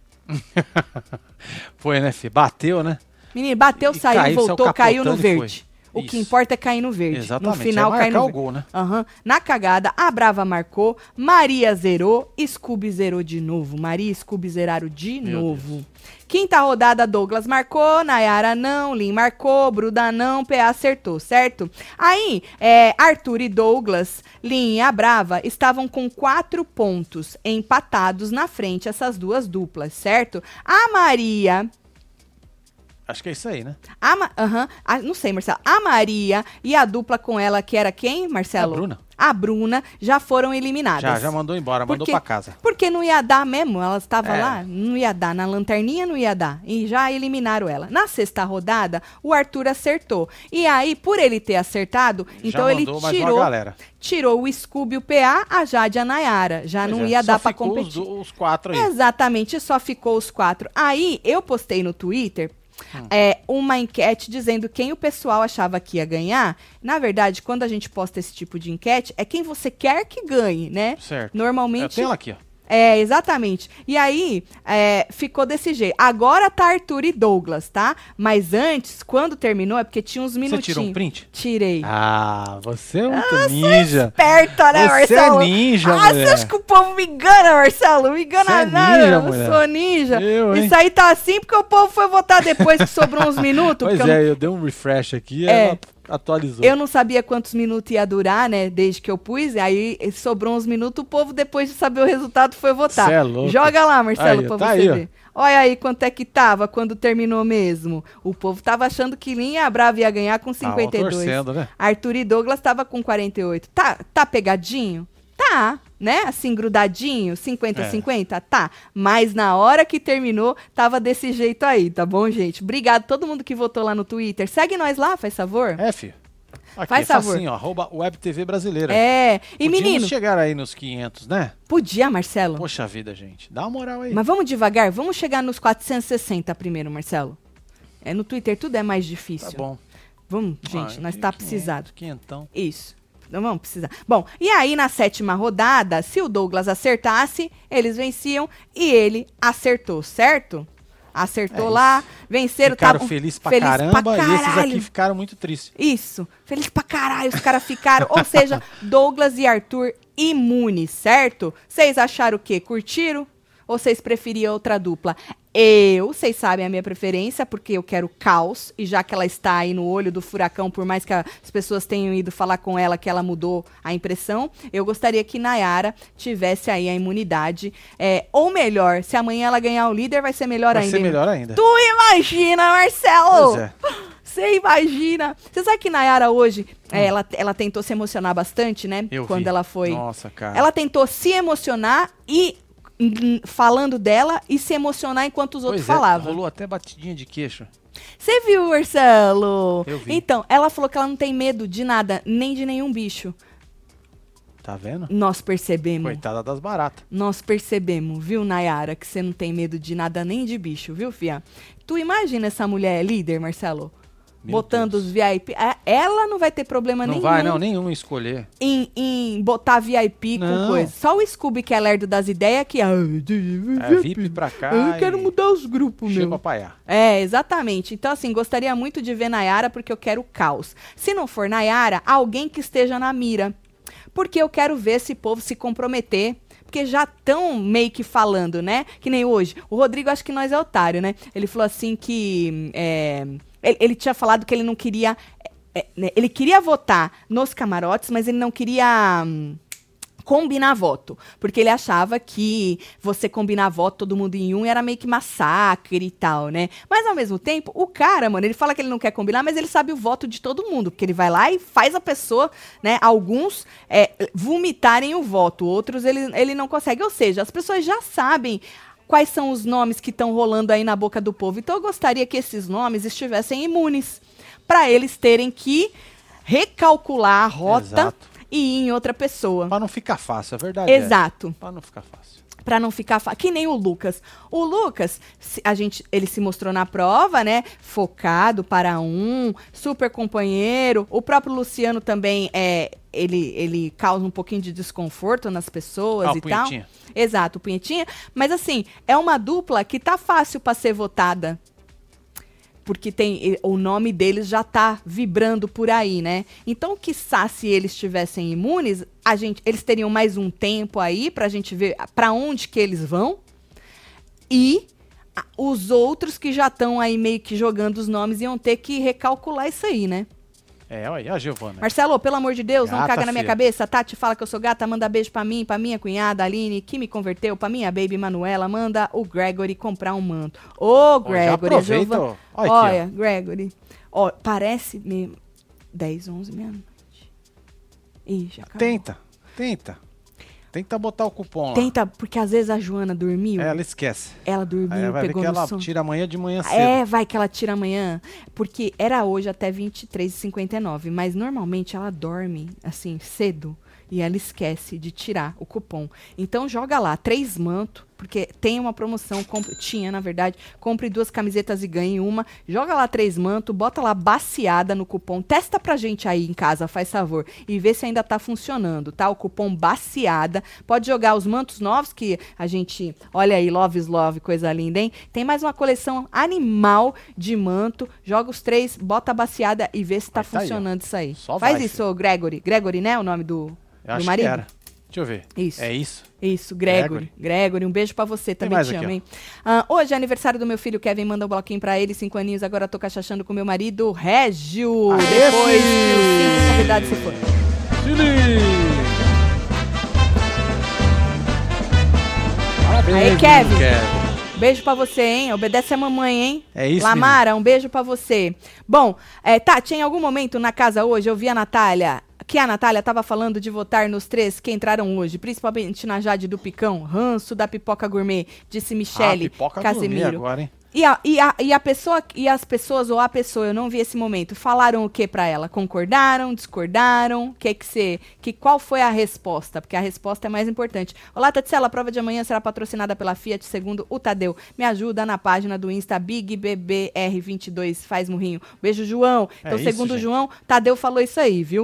Speaker 2: Foi, né, filho? Bateu, né?
Speaker 1: Menino, bateu,
Speaker 2: E
Speaker 1: saiu,
Speaker 2: caiu,
Speaker 1: voltou,
Speaker 2: saiu
Speaker 1: caiu no
Speaker 2: capotando e
Speaker 1: verde.
Speaker 2: foi.
Speaker 1: O que
Speaker 2: Isso.
Speaker 1: importa é cair no verde.
Speaker 2: Exatamente,
Speaker 1: No final,
Speaker 2: é
Speaker 1: cai no
Speaker 2: marcar o
Speaker 1: verde.
Speaker 2: gol, né?
Speaker 1: Aham. Na cagada, a Brava marcou, Maria zerou, Scooby zerou de novo. Maria e Scooby zeraram de
Speaker 2: Meu
Speaker 1: novo. Quinta rodada, Douglas marcou, Nayara não, Lin marcou, Bruda não, P A acertou, certo? Aí, é, Arthur e Douglas, Lin e a Brava estavam com quatro pontos empatados na frente, essas duas duplas, certo? A Maria...
Speaker 2: Acho que é isso aí, né?
Speaker 1: A, Ma- aham, a- não sei, Marcelo. A Maria e a dupla com ela, que era quem, Marcelo?
Speaker 2: A Bruna.
Speaker 1: A Bruna já foram eliminadas.
Speaker 2: Já, já mandou embora, mandou
Speaker 1: Porque-
Speaker 2: pra casa.
Speaker 1: Porque não ia dar mesmo, ela estava
Speaker 2: É.
Speaker 1: lá, não ia dar, na lanterninha não ia dar, e já eliminaram ela. Na sexta rodada, o Arthur acertou, e aí, por ele ter acertado, então
Speaker 2: já
Speaker 1: ele
Speaker 2: mandou mais uma
Speaker 1: tirou,
Speaker 2: galera.
Speaker 1: tirou o Scooby, o P A, a Jade e a Nayara, já
Speaker 2: Pois
Speaker 1: não
Speaker 2: é,
Speaker 1: ia
Speaker 2: só
Speaker 1: dar pra
Speaker 2: ficou
Speaker 1: competir.
Speaker 2: Os, do- os quatro aí.
Speaker 1: Exatamente, só ficou os quatro. Aí, eu postei no Twitter
Speaker 2: Hum.
Speaker 1: é, uma enquete dizendo quem o pessoal achava que ia ganhar. Na verdade, quando a gente posta esse tipo de enquete, é quem você quer que ganhe, né?
Speaker 2: Certo. Eu
Speaker 1: Normalmente...
Speaker 2: tenho ela aqui, ó.
Speaker 1: É, exatamente. E aí, é, ficou desse jeito. Agora tá Arthur e Douglas, tá? Mas antes, quando terminou, é porque tinha uns
Speaker 2: Você
Speaker 1: minutinhos.
Speaker 2: tirou um print?
Speaker 1: Tirei.
Speaker 2: Ah, você é muito ninja.
Speaker 1: Esperta, né,
Speaker 2: Você
Speaker 1: Marcelo?
Speaker 2: é ninja,
Speaker 1: ah,
Speaker 2: mulher.
Speaker 1: você acha que o povo me engana, Marcelo? Me engana
Speaker 2: Você é
Speaker 1: nada.
Speaker 2: ninja,
Speaker 1: eu
Speaker 2: mulher.
Speaker 1: sou ninja.
Speaker 2: Eu, hein?
Speaker 1: Isso aí tá assim porque o povo foi votar depois que sobrou uns minutos.
Speaker 2: Pois
Speaker 1: porque eu
Speaker 2: é,
Speaker 1: não-
Speaker 2: eu dei um refresh aqui e
Speaker 1: É.
Speaker 2: ela atualizou.
Speaker 1: Eu não sabia quantos minutos ia durar, né? Desde que eu pus. Aí sobrou uns minutos, o povo, depois de saber o resultado, foi votar.
Speaker 2: Cê é louco.
Speaker 1: Joga lá, Marcelo,
Speaker 2: Aí,
Speaker 1: pra
Speaker 2: tá
Speaker 1: você
Speaker 2: aí, ó.
Speaker 1: ver. Olha aí quanto é que tava quando terminou mesmo. O povo tava achando que Linha Brava ia ganhar com cinquenta e dois.
Speaker 2: torcendo, né?
Speaker 1: Arthur e Douglas tava com quarenta e oito. Tá, tá pegadinho? Tá, né? Assim, grudadinho, cinquenta a
Speaker 2: É.
Speaker 1: cinquenta? Tá. Mas na hora que terminou, tava desse jeito aí, tá bom, gente? Obrigado a todo mundo que votou lá no Twitter. Segue nós lá, faz favor.
Speaker 2: É, filho. Aqui,
Speaker 1: Faz
Speaker 2: é
Speaker 1: favor.
Speaker 2: facinho, ó, arroba Web T V Brasileira.
Speaker 1: É. E
Speaker 2: Podíamos
Speaker 1: menino,
Speaker 2: chegar aí nos quinhentos, né?
Speaker 1: podia, Marcelo?
Speaker 2: Poxa vida, gente. Dá uma moral aí.
Speaker 1: Mas vamos devagar, vamos chegar nos quatrocentos e sessenta primeiro, Marcelo. É, no Twitter tudo é mais difícil.
Speaker 2: Tá bom.
Speaker 1: Vamos, gente,
Speaker 2: Ah,
Speaker 1: nós
Speaker 2: que-
Speaker 1: tá
Speaker 2: quinhentos,
Speaker 1: precisado.
Speaker 2: Quinhentão.
Speaker 1: Isso. Não vamos precisar. Bom, e aí na sétima rodada, se o Douglas acertasse, eles venciam e ele acertou, certo? Acertou
Speaker 2: É
Speaker 1: lá, venceram.
Speaker 2: Ficaram
Speaker 1: tavam
Speaker 2: felizes pra
Speaker 1: feliz
Speaker 2: caramba
Speaker 1: pra
Speaker 2: e esses
Speaker 1: caralho.
Speaker 2: aqui ficaram muito tristes.
Speaker 1: Isso, feliz pra caralho, os caras ficaram. Ou seja, Douglas e Arthur imunes, certo? Vocês acharam o quê? Curtiram? Ou vocês preferiam outra dupla? Eu, vocês sabem a minha preferência, porque eu quero caos, e já que ela está aí no olho do furacão, por mais que a- as pessoas tenham ido falar com ela que ela mudou a impressão, eu gostaria que Nayara tivesse aí a imunidade. É, ou melhor, se amanhã ela ganhar o líder, vai ser melhor
Speaker 2: Vai
Speaker 1: ainda.
Speaker 2: ser
Speaker 1: hein?
Speaker 2: melhor ainda.
Speaker 1: Tu imagina, Marcelo!
Speaker 2: Pois é.
Speaker 1: Você imagina? Você sabe que Nayara hoje, é, ela, ela tentou se emocionar bastante, né?
Speaker 2: Eu
Speaker 1: Quando
Speaker 2: vi.
Speaker 1: ela foi.
Speaker 2: Nossa, cara.
Speaker 1: Ela tentou se emocionar e hum, falando dela e se emocionar enquanto os outros
Speaker 2: Pois é,
Speaker 1: falavam.
Speaker 2: rolou até batidinha de queixo.
Speaker 1: Você viu, Marcelo?
Speaker 2: Eu vi.
Speaker 1: Então, ela falou que ela não tem medo de nada, nem de nenhum bicho.
Speaker 2: Tá vendo?
Speaker 1: Nós percebemos.
Speaker 2: Coitada das baratas.
Speaker 1: Nós percebemos, viu, Nayara, que você não tem medo de nada nem de bicho, viu, fia? Tu imagina essa mulher líder, Marcelo?
Speaker 2: Meu
Speaker 1: Botando
Speaker 2: Deus.
Speaker 1: os V I P. É, ela não vai ter problema
Speaker 2: Não
Speaker 1: nenhum
Speaker 2: vai, não, nenhum escolher.
Speaker 1: em, em botar V I P com
Speaker 2: Não.
Speaker 1: coisa. Só o Scooby, que é lerdo das ideias, que... Ah,
Speaker 2: É V I P pra cá.
Speaker 1: eu quero
Speaker 2: e
Speaker 1: mudar os grupos,
Speaker 2: chega
Speaker 1: meu.
Speaker 2: pra paiar.
Speaker 1: É, exatamente. Então, assim, gostaria muito de ver Nayara, porque eu quero caos. Se não for Nayara, alguém que esteja na mira. Porque eu quero ver esse povo se comprometer. porque já estão meio que falando, né? Que nem hoje. O Rodrigo, acho que nós é otário, né? Ele falou assim que... É, ele, ele tinha falado que ele não queria... É, né, ele queria votar nos camarotes, mas ele não queria... Hum, combinar voto, porque ele achava que você combinar voto todo mundo em um era meio que massacre e tal, né? Mas ao mesmo tempo, o cara, mano, ele fala que ele não quer combinar, mas ele sabe o voto de todo mundo, porque ele vai lá e faz a pessoa, né, alguns é, vomitarem o voto, outros ele, ele não consegue, ou seja, as pessoas já sabem quais são os nomes que estão rolando aí na boca do povo, então eu gostaria que esses nomes estivessem imunes, para eles terem que recalcular a rota.
Speaker 2: Exato.
Speaker 1: E ir em outra pessoa.
Speaker 2: Pra não ficar fácil, é verdade.
Speaker 1: Exato.
Speaker 2: É. Pra não ficar fácil.
Speaker 1: Pra não ficar fácil. Que nem o Lucas. O Lucas, a gente, ele se mostrou na prova, né? Focado para um, super companheiro. O próprio Luciano também, é, ele, ele causa um pouquinho de desconforto nas pessoas
Speaker 2: ah,
Speaker 1: e
Speaker 2: o punhetinha.
Speaker 1: tal. Exato, o punhetinha. Mas assim, é uma dupla que tá fácil pra ser votada. Porque tem, o nome deles já tá vibrando por aí, né? Então, quiçá, se eles estivessem imunes, a gente, eles teriam mais um tempo aí pra gente ver pra onde que eles vão. E a, os outros que já estão aí meio que jogando os nomes iam ter que recalcular isso aí, né?
Speaker 2: É, olha a Giovana.
Speaker 1: Marcelo, pelo amor de Deus,
Speaker 2: Gata,
Speaker 1: não caga na minha
Speaker 2: filha.
Speaker 1: cabeça. Tati fala que eu sou gata, manda beijo pra mim, pra minha cunhada Aline, que me converteu, pra minha baby Manuela, manda o Gregory comprar um manto. Ô, Gregory, a Giovana.
Speaker 2: Olha,
Speaker 1: Olha,
Speaker 2: aqui,
Speaker 1: Gregory. Ó, parece mesmo. dez, onze, meia-noite. Ih, já acabou.
Speaker 2: Tenta, tenta. Tenta botar o cupom lá.
Speaker 1: Tenta, porque às vezes a Joana dormiu.
Speaker 2: É, ela esquece.
Speaker 1: Ela dormiu,
Speaker 2: Aí vai ver
Speaker 1: pegou
Speaker 2: que
Speaker 1: no
Speaker 2: ela
Speaker 1: sono.
Speaker 2: tira amanhã de manhã cedo.
Speaker 1: É, vai que ela tira amanhã. Porque era hoje até vinte e três e cinquenta e nove. Mas normalmente ela dorme, assim, cedo. E ela esquece de tirar o cupom. Então joga lá, três mantos. Porque tem uma promoção, compre, tinha na verdade, compre duas camisetas e ganhe uma. Joga lá três mantos, bota lá baciada no cupom. Testa pra gente aí em casa, faz favor. E vê se ainda tá funcionando, tá? O cupom baciada. Pode jogar os mantos novos que a gente... Olha aí, Love is Love, coisa linda, hein? Tem mais uma coleção animal de manto. Joga os três, bota a baciada e vê se tá
Speaker 2: Mas tá aí,
Speaker 1: funcionando
Speaker 2: ó.
Speaker 1: isso aí.
Speaker 2: Só
Speaker 1: Faz
Speaker 2: vai,
Speaker 1: isso,
Speaker 2: filho.
Speaker 1: ô Gregory. Gregory, né? O nome do,
Speaker 2: Eu
Speaker 1: do
Speaker 2: acho
Speaker 1: marido?
Speaker 2: que era. Deixa eu ver.
Speaker 1: Isso.
Speaker 2: É isso?
Speaker 1: Isso, Gregory.
Speaker 2: Gregory.
Speaker 1: Gregory, um beijo pra você,
Speaker 2: Tem
Speaker 1: também
Speaker 2: mais
Speaker 1: te
Speaker 2: aqui,
Speaker 1: amo,
Speaker 2: ó.
Speaker 1: hein? Ah, hoje é aniversário do meu filho Kevin, manda um bloquinho pra ele, cinco aninhos, agora tô cachachando com meu marido, Régio.
Speaker 2: Aê,
Speaker 1: Depois
Speaker 2: filho!
Speaker 1: que os cinco convidados se foram.
Speaker 2: Parabéns,
Speaker 1: Aí, Kevin.
Speaker 2: Kevin.
Speaker 1: Beijo pra você, hein? Obedece a mamãe, hein?
Speaker 2: É isso,
Speaker 1: Lamara, um beijo pra você. Bom, é, Tati, em algum momento na casa hoje eu vi a Natália, que a Natália tava falando de votar nos três que entraram hoje, principalmente na Jade do Picão, ranço da pipoca gourmet, disse Michele
Speaker 2: Ah, pipoca
Speaker 1: Casemiro.
Speaker 2: gourmet agora, hein?
Speaker 1: E, a, e, a, e a pessoa, e as pessoas, ou a pessoa, eu não vi esse momento, falaram o que pra ela? Concordaram, discordaram? Que que você, que, qual foi a resposta? Porque a resposta é mais importante. Olá, Tatsela, a prova de amanhã será patrocinada pela Fiat, segundo o Tadeu. Me ajuda na página do Insta, Big B B R vinte e dois, faz murrinho. Beijo, João. Então,
Speaker 2: É isso,
Speaker 1: segundo o
Speaker 2: gente.
Speaker 1: João, Tadeu falou isso aí, viu?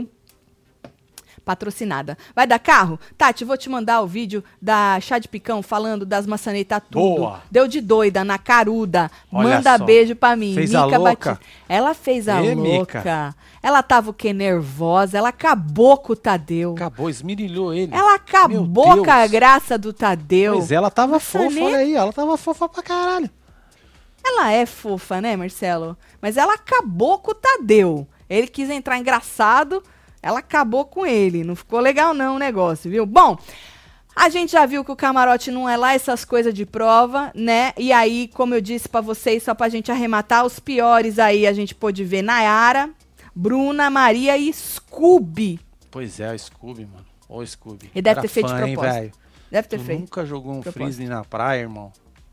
Speaker 1: Patrocinada. Vai dar carro? Tati, vou te mandar o vídeo da Chá de Picão falando das maçanetas tudo.
Speaker 2: Boa.
Speaker 1: Deu de doida, na caruda.
Speaker 2: Olha
Speaker 1: Manda
Speaker 2: só.
Speaker 1: beijo pra mim.
Speaker 2: Fez a
Speaker 1: Mica
Speaker 2: louca?
Speaker 1: Batista. Ela fez a
Speaker 2: Ê,
Speaker 1: louca.
Speaker 2: Mica.
Speaker 1: Ela tava o quê? Nervosa. Ela acabou com o Tadeu.
Speaker 2: Acabou, esmirilhou ele.
Speaker 1: Ela acabou
Speaker 2: Meu
Speaker 1: com a
Speaker 2: Deus.
Speaker 1: graça do Tadeu.
Speaker 2: Pois é, ela tava
Speaker 1: Maçaneta.
Speaker 2: fofa, olha aí. Ela tava fofa pra caralho.
Speaker 1: Ela é fofa, né, Marcelo? Mas ela acabou com o Tadeu. Ele quis entrar engraçado, ela acabou com ele. Não ficou legal não o negócio, viu? Bom, a gente já viu que o camarote não é lá essas coisas de prova, né? E aí, como eu disse pra vocês, só pra gente arrematar, os piores aí a gente pôde ver Nayara, Bruna, Maria e Scooby.
Speaker 2: Pois é, o Scooby, mano. Ô, Scooby.
Speaker 1: Ele deve
Speaker 2: Era
Speaker 1: ter feito de
Speaker 2: fã, hein,
Speaker 1: propósito.
Speaker 2: velho?
Speaker 1: Deve ter
Speaker 2: Tu
Speaker 1: feito.
Speaker 2: nunca jogou um
Speaker 1: Propósito.
Speaker 2: frisbee na praia, irmão?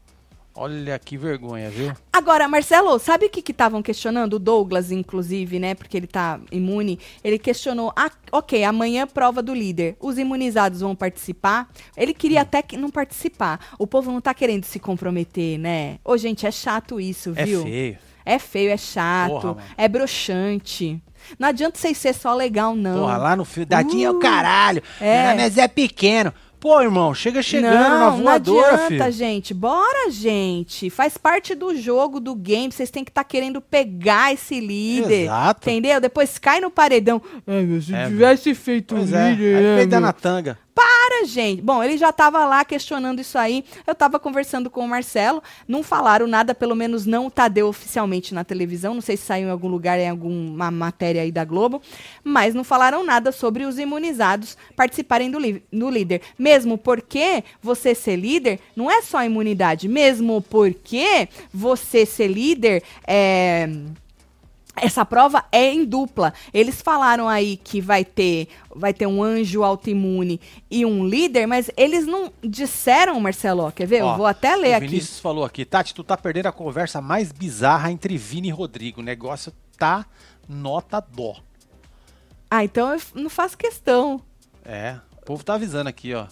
Speaker 2: Olha que vergonha, viu?
Speaker 1: Agora, Marcelo, sabe o que estavam questionando? O Douglas, inclusive, né? Porque ele tá imune. Ele questionou, ah, ok, amanhã prova do líder. Os imunizados vão participar? Ele queria até que não participar. O povo não tá querendo se comprometer, né? Ô, gente, é chato isso,
Speaker 2: É
Speaker 1: viu?
Speaker 2: feio.
Speaker 1: É feio, é chato,
Speaker 2: Porra, mano.
Speaker 1: é broxante. Não adianta vocês ser só legal, não.
Speaker 2: Porra, lá no fio. Dadinho é o caralho.
Speaker 1: é.
Speaker 2: Mas é pequeno. Pô, irmão, chega chegando
Speaker 1: não,
Speaker 2: na voadora,
Speaker 1: não adianta,
Speaker 2: filho.
Speaker 1: gente. Bora, gente. Faz parte do jogo, do game. Vocês têm que estar querendo pegar esse líder.
Speaker 2: Exato.
Speaker 1: Entendeu? Depois cai no paredão. Ai, mas se
Speaker 2: É,
Speaker 1: tivesse feito
Speaker 2: Pois é,
Speaker 1: líder...
Speaker 2: aí
Speaker 1: é,
Speaker 2: peida
Speaker 1: meu.
Speaker 2: na tanga.
Speaker 1: Para, Agora, gente, bom, ele já estava lá questionando isso aí, eu estava conversando com o Marcelo, não falaram nada, pelo menos não o Tadeu oficialmente na televisão, não sei se saiu em algum lugar, em alguma matéria aí da Globo, mas não falaram nada sobre os imunizados participarem do, li- do líder. Mesmo porque você ser líder não é só imunidade, mesmo porque você ser líder é... Essa prova é em dupla. Eles falaram aí que vai ter, vai ter um anjo autoimune e um líder, mas eles não disseram, Marcelo, quer ver?
Speaker 2: Ó,
Speaker 1: eu vou até ler
Speaker 2: o
Speaker 1: aqui.
Speaker 2: Vinícius falou aqui, Tati, tu tá perdendo a conversa mais bizarra entre Vini e Rodrigo. O negócio tá nota dó.
Speaker 1: Ah, então eu f- não faço questão.
Speaker 2: É, o povo tá avisando aqui, ó.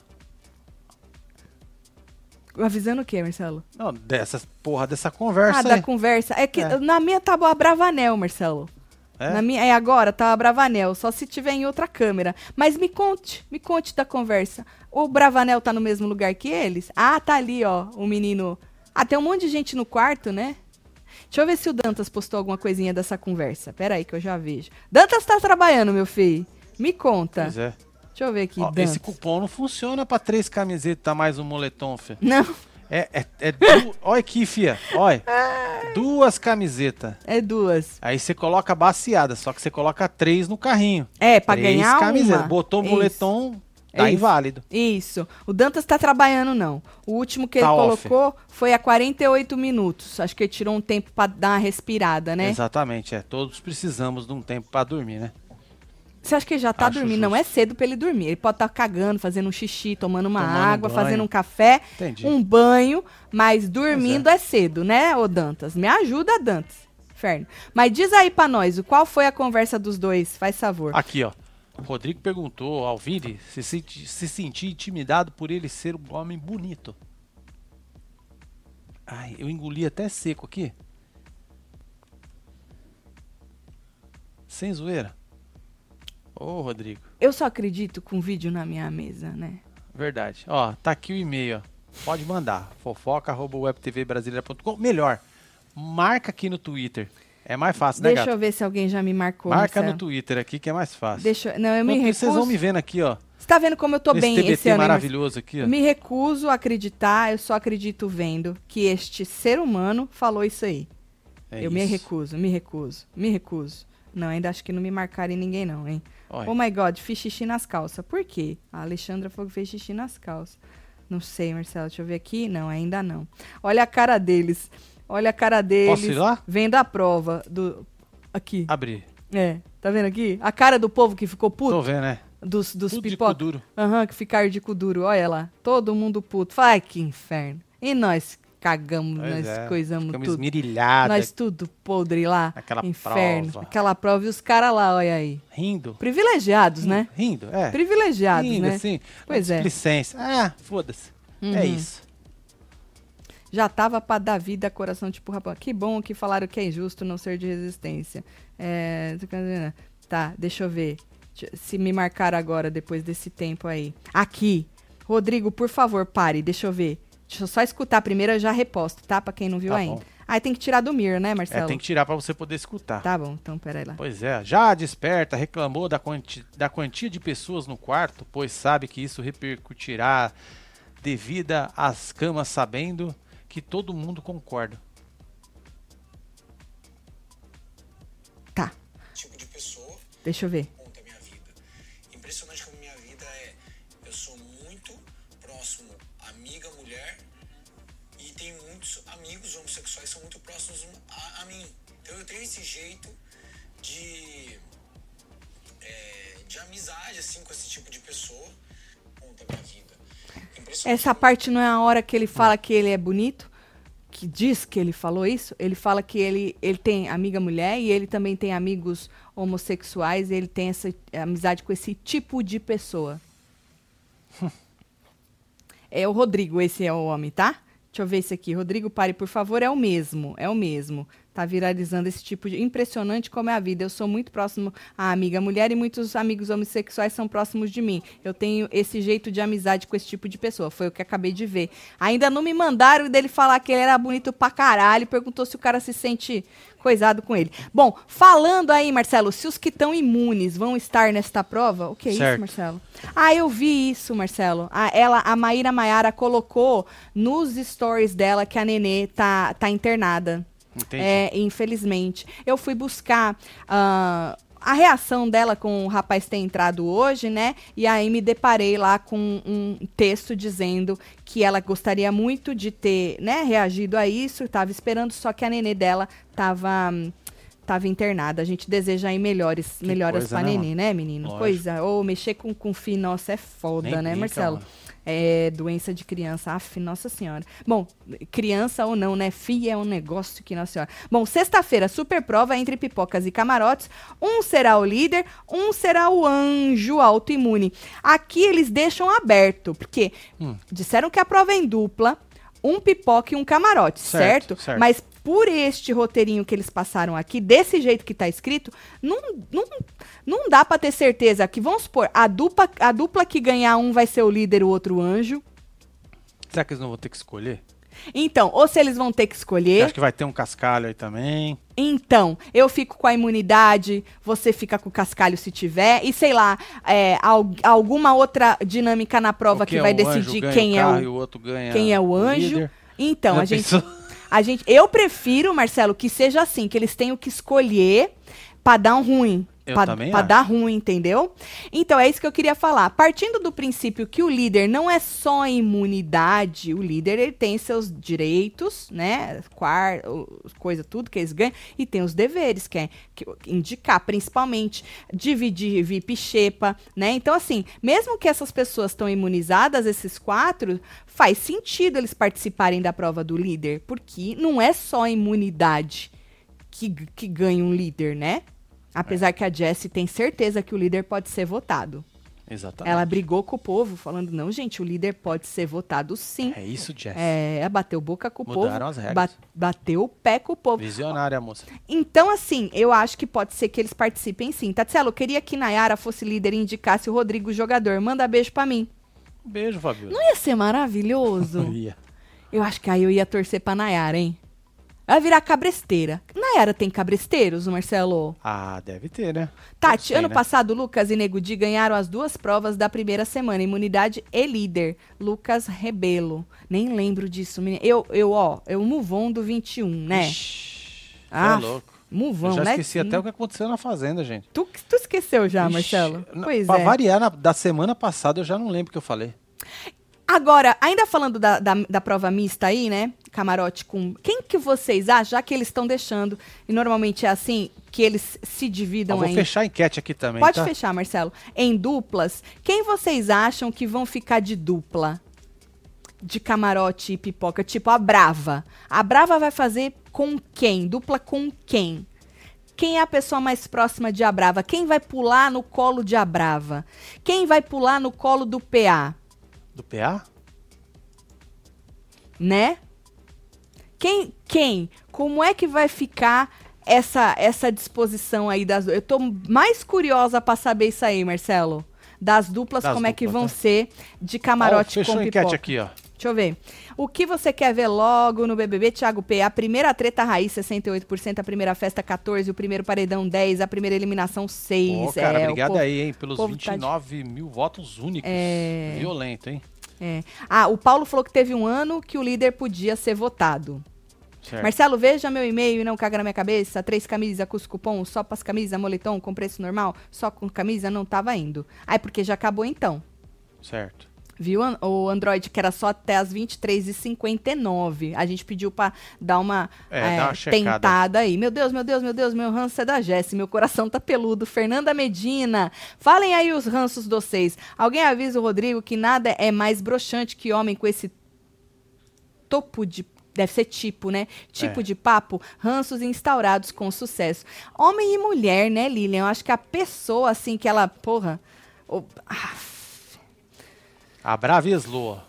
Speaker 1: Avisando o quê, Marcelo?
Speaker 2: Não, dessa porra, dessa conversa
Speaker 1: Ah, da
Speaker 2: aí.
Speaker 1: conversa. É que
Speaker 2: É.
Speaker 1: na minha tava a Bravanel, Marcelo.
Speaker 2: É?
Speaker 1: Na minha, é agora, tá a Bravanel, só se tiver em outra câmera. Mas me conte, me conte da conversa. O Bravanel tá no mesmo lugar que eles? Ah, tá ali, ó, o menino. Ah, tem um monte de gente no quarto, né? Deixa eu ver se o Dantas postou alguma coisinha dessa conversa. Pera aí que eu já vejo. Dantas tá trabalhando, meu filho. Me conta.
Speaker 2: Pois é.
Speaker 1: Deixa eu ver aqui,
Speaker 2: Ó,
Speaker 1: Dantas.
Speaker 2: esse cupom não funciona pra três camisetas mais um moletom, filho.
Speaker 1: Não,
Speaker 2: É, é, é du... Olha aqui, fia. Olha. Duas camisetas.
Speaker 1: é duas.
Speaker 2: Aí você coloca baseada, só que você coloca três no carrinho.
Speaker 1: É, pra
Speaker 2: Três
Speaker 1: ganhar
Speaker 2: camisetas.
Speaker 1: uma.
Speaker 2: Botou o
Speaker 1: Isso.
Speaker 2: moletom, tá
Speaker 1: Isso.
Speaker 2: inválido.
Speaker 1: Isso. O Dantas tá trabalhando, não. O último que ele
Speaker 2: Tá off.
Speaker 1: colocou foi a quarenta e oito minutos. Acho que ele tirou um tempo pra dar uma respirada, né?
Speaker 2: Exatamente, é. Todos precisamos de um tempo pra dormir, né?
Speaker 1: Você acha que ele já tá
Speaker 2: Acho
Speaker 1: dormindo? Não é
Speaker 2: justo.
Speaker 1: cedo pra ele dormir. Ele pode estar cagando, fazendo um xixi, tomando uma
Speaker 2: Tomando um
Speaker 1: água,
Speaker 2: banho.
Speaker 1: fazendo um café,
Speaker 2: Entendi.
Speaker 1: um banho, mas dormindo é. cedo, né, ô Dantas? Me ajuda, Dantas. Inferno. Mas diz aí pra nós, o qual foi a conversa dos dois? Faz favor.
Speaker 2: Aqui, ó. O Rodrigo perguntou ao Vini se se, se sentir intimidado por ele ser um homem bonito. Ai, eu engoli até seco aqui. Sem zoeira. Ô, Rodrigo.
Speaker 1: Eu só acredito com vídeo na minha mesa, né?
Speaker 2: Verdade. Ó, tá aqui o e-mail, ó. Pode mandar. fofoca arroba webtvbrasileira ponto com. Melhor, marca aqui no Twitter. É mais fácil, né,
Speaker 1: Deixa
Speaker 2: gato?
Speaker 1: eu ver se alguém já me marcou.
Speaker 2: Marca
Speaker 1: Marcelo.
Speaker 2: no Twitter aqui que é mais fácil.
Speaker 1: Deixa eu... Não, eu me
Speaker 2: Enquanto isso,
Speaker 1: recuso.
Speaker 2: vocês vão me vendo aqui, ó.
Speaker 1: Você tá vendo como eu tô
Speaker 2: Nesse
Speaker 1: bem
Speaker 2: T B
Speaker 1: esse
Speaker 2: T
Speaker 1: ano, hein, Marcelo?
Speaker 2: maravilhoso aqui, ó.
Speaker 1: Me recuso a acreditar, eu só acredito vendo que este ser humano falou isso aí.
Speaker 2: É
Speaker 1: eu me
Speaker 2: isso.
Speaker 1: recuso, me recuso, me recuso. Não, ainda acho que não me marcaram em ninguém não, hein?
Speaker 2: Olha.
Speaker 1: Oh my God, fiz xixi nas calças. Por quê? A Alexandra falou que fez xixi nas calças. Não sei, Marcelo, deixa eu ver aqui. Não, ainda não. Olha a cara deles. Olha a cara deles.
Speaker 2: Posso ir lá?
Speaker 1: Vendo a prova do... Aqui.
Speaker 2: Abrir.
Speaker 1: É, tá vendo aqui? A cara do povo que ficou puto.
Speaker 2: Tô vendo, né?
Speaker 1: Dos, dos
Speaker 2: Tudo de
Speaker 1: pipoca.
Speaker 2: cu duro.
Speaker 1: Aham, que ficaram de cu duro. Olha lá. Todo mundo puto. Ai, que inferno. E nós cagamos,
Speaker 2: Pois
Speaker 1: nós
Speaker 2: é,
Speaker 1: coisamos
Speaker 2: Ficamos
Speaker 1: tudo.
Speaker 2: esmirilhados,
Speaker 1: Nós tudo podre lá.
Speaker 2: Aquela
Speaker 1: Inferno.
Speaker 2: prova.
Speaker 1: Aquela prova. E os caras lá, olha aí.
Speaker 2: rindo.
Speaker 1: Privilegiados, né?
Speaker 2: Rindo, é.
Speaker 1: Privilegiados,
Speaker 2: rindo,
Speaker 1: né?
Speaker 2: assim.
Speaker 1: Pois é.
Speaker 2: Displicência. Ah, foda-se.
Speaker 1: Uhum.
Speaker 2: É isso.
Speaker 1: Já tava pra dar vida, coração tipo rapaz. Que bom que falaram que é injusto não ser de resistência. É... Tá, deixa eu ver. Deixa- Se me marcar agora, depois desse tempo aí. Aqui. Rodrigo, por favor, pare. Deixa eu ver. Deixa eu só escutar primeiro, eu já reposto, tá? Pra quem não viu
Speaker 2: Tá
Speaker 1: ainda.
Speaker 2: bom.
Speaker 1: Aí tem que tirar do Mir, né,
Speaker 2: É,
Speaker 1: Marcelo?
Speaker 2: tem que tirar pra você poder escutar.
Speaker 1: Tá bom, então peraí lá.
Speaker 2: Pois é, já desperta, reclamou da, quanti da quantia de pessoas no quarto, pois sabe que isso repercutirá devido às camas, sabendo que todo mundo concorda.
Speaker 1: Tá,
Speaker 3: Tipo de pessoa
Speaker 1: deixa eu ver.
Speaker 3: conta a minha vida. Impressionante como minha vida é. Eu sou muito próximo, amiga, mulher, e tenho muitos amigos homossexuais que são muito próximos a, a mim. Então eu tenho esse jeito de. é, de amizade, assim, com esse tipo de pessoa. Conta a minha vida. Impressionante
Speaker 1: Essa parte não é a hora que ele fala que ele é bonito? Que diz que ele falou isso? Ele fala que ele, ele tem amiga mulher e ele também tem amigos homossexuais e ele tem essa amizade com esse tipo de pessoa. É o Rodrigo, esse é o homem, tá? Deixa eu ver esse aqui. Rodrigo, pare, por favor, é o mesmo, é o mesmo. Tá viralizando esse tipo de... Impressionante como é a vida. Eu sou muito próximo à amiga mulher e muitos amigos homossexuais são próximos de mim. Eu tenho esse jeito de amizade com esse tipo de pessoa. Foi o que acabei de ver. Ainda não me mandaram dele falar que ele era bonito pra caralho. Perguntou se o cara se sente coisado com ele. Bom, falando aí, Marcelo, se os que estão imunes vão estar nesta prova... O que é
Speaker 2: Certo.
Speaker 1: isso, Marcelo? Ah, eu vi isso, Marcelo. A, ela, a Maíra Maiara colocou nos stories dela que a Nenê tá, tá internada.
Speaker 2: Entendi.
Speaker 1: É, infelizmente. Eu fui buscar uh, a reação dela com o rapaz ter entrado hoje, né? E aí me deparei lá com um texto dizendo que ela gostaria muito de ter, né, reagido a isso, estava esperando, só que a nenê dela estava tava internada. A gente deseja aí melhores,
Speaker 2: Que
Speaker 1: melhoras
Speaker 2: coisa,
Speaker 1: pra
Speaker 2: né,
Speaker 1: nenê,
Speaker 2: mano?
Speaker 1: né, menino?
Speaker 2: Lógico.
Speaker 1: Coisa. Ou mexer com, com fim, nossa, é foda,
Speaker 2: Nem
Speaker 1: né,
Speaker 2: brinca,
Speaker 1: Marcelo?
Speaker 2: mano.
Speaker 1: É, doença de criança, af, nossa senhora. Bom, criança ou não, né? Fia é um negócio que, nossa senhora. Bom, sexta-feira, super prova entre pipocas e camarotes. Um será o líder, um será o anjo autoimune. Aqui eles deixam aberto, porque
Speaker 2: Hum.
Speaker 1: disseram que a prova é em dupla, um pipoca e um camarote, certo?
Speaker 2: Certo, certo.
Speaker 1: Mas por este roteirinho que eles passaram aqui, desse jeito que tá escrito, não, não, não dá pra ter certeza que, vamos supor, a dupla, a dupla que ganhar um vai ser o líder, o outro o anjo.
Speaker 2: Será que eles não vão ter que escolher?
Speaker 1: Então, ou se eles vão ter que
Speaker 2: Você
Speaker 1: escolher.
Speaker 2: acha que vai ter um cascalho aí também?
Speaker 1: Então, eu fico com a imunidade, você fica com o cascalho se tiver, e sei lá, é, al- alguma outra dinâmica na prova
Speaker 2: Porque
Speaker 1: que vai
Speaker 2: um anjo
Speaker 1: decidir
Speaker 2: ganha
Speaker 1: quem
Speaker 2: o
Speaker 1: é
Speaker 2: carro
Speaker 1: o,
Speaker 2: e o outro ganha
Speaker 1: quem é o anjo.
Speaker 2: líder.
Speaker 1: Então,
Speaker 2: Já
Speaker 1: a gente,
Speaker 2: pensou?
Speaker 1: a gente, eu prefiro, Marcelo, que seja assim, que eles tenham que escolher pra dar um ruim.
Speaker 2: Eu
Speaker 1: Pra,
Speaker 2: também
Speaker 1: pra
Speaker 2: acho.
Speaker 1: dar ruim, entendeu? Então, é isso que eu queria falar. Partindo do princípio que o líder não é só imunidade, o líder ele tem seus direitos, né? Quar, o- coisa, tudo que eles ganham, e tem os deveres, que é que- indicar, principalmente, dividir V I P xepa, né? Então, assim, mesmo que essas pessoas estão imunizadas, esses quatro, faz sentido eles participarem da prova do líder, porque não é só a imunidade que, que ganha um líder, né? Apesar que a Jessie tem certeza que o líder pode ser votado.
Speaker 2: Exatamente.
Speaker 1: Ela brigou com o povo, falando, não, gente, o líder pode ser votado sim.
Speaker 2: É isso, Jess.
Speaker 1: É, bateu boca com o
Speaker 2: Mudaram
Speaker 1: povo,
Speaker 2: as regras.
Speaker 1: ba- bateu o pé com o povo.
Speaker 2: Visionária, moça.
Speaker 1: Então, assim, eu acho que pode ser que eles participem sim. Tatselo, eu queria que Nayara fosse líder e indicasse o Rodrigo jogador. Manda beijo pra mim.
Speaker 2: Um beijo, Fabiola.
Speaker 1: Não ia ser maravilhoso?
Speaker 2: Ia.
Speaker 1: Eu acho que aí eu ia torcer pra Nayara, hein? Vai virar cabresteira. Nayara tem cabresteiros, Marcelo?
Speaker 2: Ah, deve ter, né?
Speaker 1: Tati,
Speaker 2: Sei,
Speaker 1: ano
Speaker 2: né?
Speaker 1: passado, Lucas e Nego Di ganharam as duas provas da primeira semana, imunidade e líder. Lucas Rebelo. Nem lembro disso, menina. Eu, eu, ó, eu move on do vinte e um, né?
Speaker 2: Ixi,
Speaker 1: Ah,
Speaker 2: é louco.
Speaker 1: Move
Speaker 2: Eu
Speaker 1: on,
Speaker 2: já
Speaker 1: né?
Speaker 2: esqueci até o que aconteceu na Fazenda, gente.
Speaker 1: Tu, tu esqueceu já,
Speaker 2: Ixi,
Speaker 1: Marcelo?
Speaker 2: na-
Speaker 1: Pois
Speaker 2: pra
Speaker 1: é.
Speaker 2: variar, na- da semana passada eu já não lembro o que eu falei.
Speaker 1: Agora, ainda falando da, da, da prova mista aí, né? Camarote com... Quem que vocês acham, já que eles estão deixando, e normalmente é assim, que eles se
Speaker 2: Eu
Speaker 1: dividam
Speaker 2: vou
Speaker 1: aí...
Speaker 2: fechar a enquete aqui também,
Speaker 1: Pode
Speaker 2: tá?
Speaker 1: fechar, Marcelo. Em duplas, quem vocês acham que vão ficar de dupla? De camarote e pipoca? Tipo a Brava. A Brava vai fazer com quem? Dupla com quem? Quem é a pessoa mais próxima de a Brava? Quem vai pular no colo de a Brava? Quem vai pular no colo do P A?
Speaker 2: Do P A?
Speaker 1: Né? Quem? Quem? Como é que vai ficar essa, essa disposição aí das... Eu tô mais curiosa pra saber isso aí, Marcelo. Das duplas,
Speaker 2: Das
Speaker 1: como é que
Speaker 2: duplas,
Speaker 1: vão
Speaker 2: né?
Speaker 1: ser de camarote
Speaker 2: Ó, fechou
Speaker 1: com
Speaker 2: a
Speaker 1: pipoca.
Speaker 2: enquete aqui, ó.
Speaker 1: Deixa eu ver. O que você quer ver logo no B B B? Thiago P. A primeira treta raiz, sessenta e oito por cento. A primeira festa, quatorze por cento. O primeiro paredão, dez por cento. A primeira eliminação, seis por cento.
Speaker 2: Pô, cara,
Speaker 1: é, o
Speaker 2: obrigado
Speaker 1: povo-
Speaker 2: aí, hein, pelos
Speaker 1: povo tá de-
Speaker 2: vinte e nove mil votos únicos.
Speaker 1: É.
Speaker 2: Violento, hein?
Speaker 1: É. Ah, o Paulo falou que teve um ano que o líder podia ser votado.
Speaker 2: Certo.
Speaker 1: Marcelo, veja meu e-mail e não caga na minha cabeça. Três camisas com os cupom, só pras camisas, moletom, com preço normal. Só com camisa não tava indo. Ah, é porque já acabou então.
Speaker 2: Certo.
Speaker 1: Viu, An- o Android, que era só até as vinte e três e cinquenta e nove. A gente pediu pra dar uma,
Speaker 2: É,
Speaker 1: é,
Speaker 2: dá uma checada.
Speaker 1: tentada aí. Meu Deus, meu Deus, meu Deus, meu ranço é da Jessie, meu coração tá peludo. Fernanda Medina, falem aí os ranços de vocês. Alguém avisa o Rodrigo que nada é mais broxante que homem com esse topo de... Deve ser tipo, né? Tipo
Speaker 2: É.
Speaker 1: de papo, ranços instaurados com sucesso. Homem e mulher, né, Lilian? Eu acho que a pessoa, assim, que ela, porra... o- ah,
Speaker 2: A Brava e Sloa.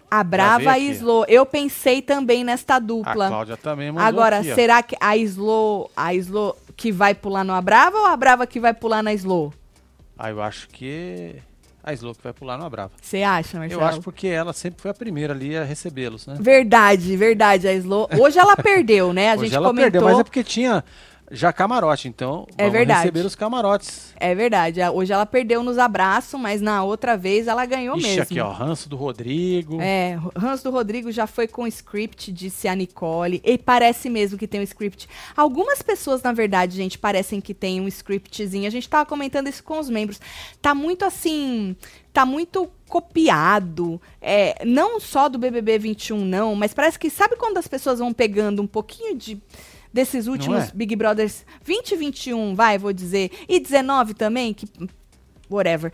Speaker 1: A Brava
Speaker 2: aqui.
Speaker 1: e Slo. Eu pensei também nesta
Speaker 2: A
Speaker 1: dupla.
Speaker 2: Cláudia também mandou
Speaker 1: Agora,
Speaker 2: aqui, ó.
Speaker 1: será que a Slo, a Slo que vai pular no Brava ou a Brava que vai pular na Slo?
Speaker 2: Ah, eu acho que a Slo que vai pular no Brava.
Speaker 1: Você acha, Marcelo?
Speaker 2: Eu acho porque ela sempre foi a primeira ali a recebê-los, né?
Speaker 1: Verdade, verdade, a Slo. Hoje ela perdeu, né? A
Speaker 2: Hoje
Speaker 1: gente
Speaker 2: ela
Speaker 1: comentou.
Speaker 2: perdeu, mas é porque tinha já camarote, então
Speaker 1: É
Speaker 2: vamos
Speaker 1: verdade.
Speaker 2: receber os camarotes.
Speaker 1: É verdade. a- Hoje ela perdeu nos abraços, mas na outra vez ela ganhou
Speaker 2: Ixi,
Speaker 1: mesmo.
Speaker 2: aqui ó, ranço do Rodrigo.
Speaker 1: É, Hans do Rodrigo já foi com script, disse a Nicole. E parece mesmo que tem um script. Algumas pessoas, na verdade, gente, parecem que tem um scriptzinho. A gente tava comentando isso com os membros. Tá muito assim. Tá muito copiado. É, não só do B B B vinte e um, não, mas parece que. Sabe quando as pessoas vão pegando um pouquinho de. Desses últimos
Speaker 2: é?
Speaker 1: Big Brothers vinte e vinte e um, vai, vou dizer. E dezenove também, que. Whatever.